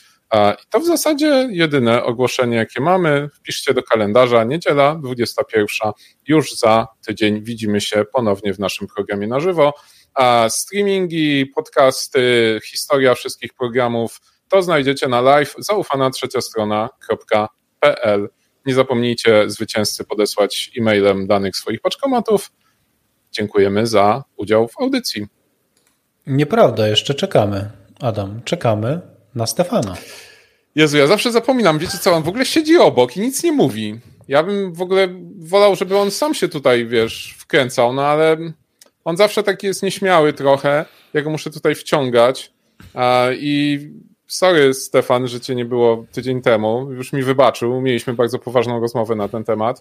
I to w zasadzie jedyne ogłoszenie, jakie mamy. Wpiszcie do kalendarza, niedziela dwudziesta pierwsza, już za tydzień widzimy się ponownie w naszym programie na żywo. A streamingi, podcasty, historia wszystkich programów to znajdziecie na live zaufana trzecia strona kropka p l. Nie zapomnijcie zwycięzcy podesłać e-mailem danych swoich paczkomatów. Dziękujemy za udział w audycji. Nieprawda, jeszcze czekamy. Adam, czekamy na Stefana. Jezu, ja zawsze zapominam, wiecie co, on w ogóle siedzi obok i nic nie mówi. Ja bym w ogóle wolał, żeby on sam się tutaj, wiesz, wkręcał, no ale on zawsze taki jest nieśmiały trochę. Ja go muszę tutaj wciągać i... Sorry, Stefan, że cię nie było tydzień temu. Już mi wybaczył. Mieliśmy bardzo poważną rozmowę na ten temat.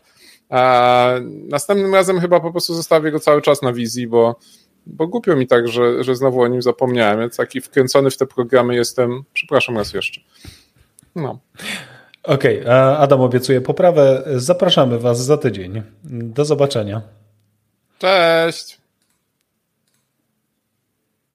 A następnym razem chyba po prostu zostawię go cały czas na wizji, bo, bo głupio mi tak, że, że znowu o nim zapomniałem. Ja taki wkręcony w te programy jestem. Przepraszam raz jeszcze. No. Okej, okay, Adam obiecuje poprawę. Zapraszamy was za tydzień. Do zobaczenia. Cześć!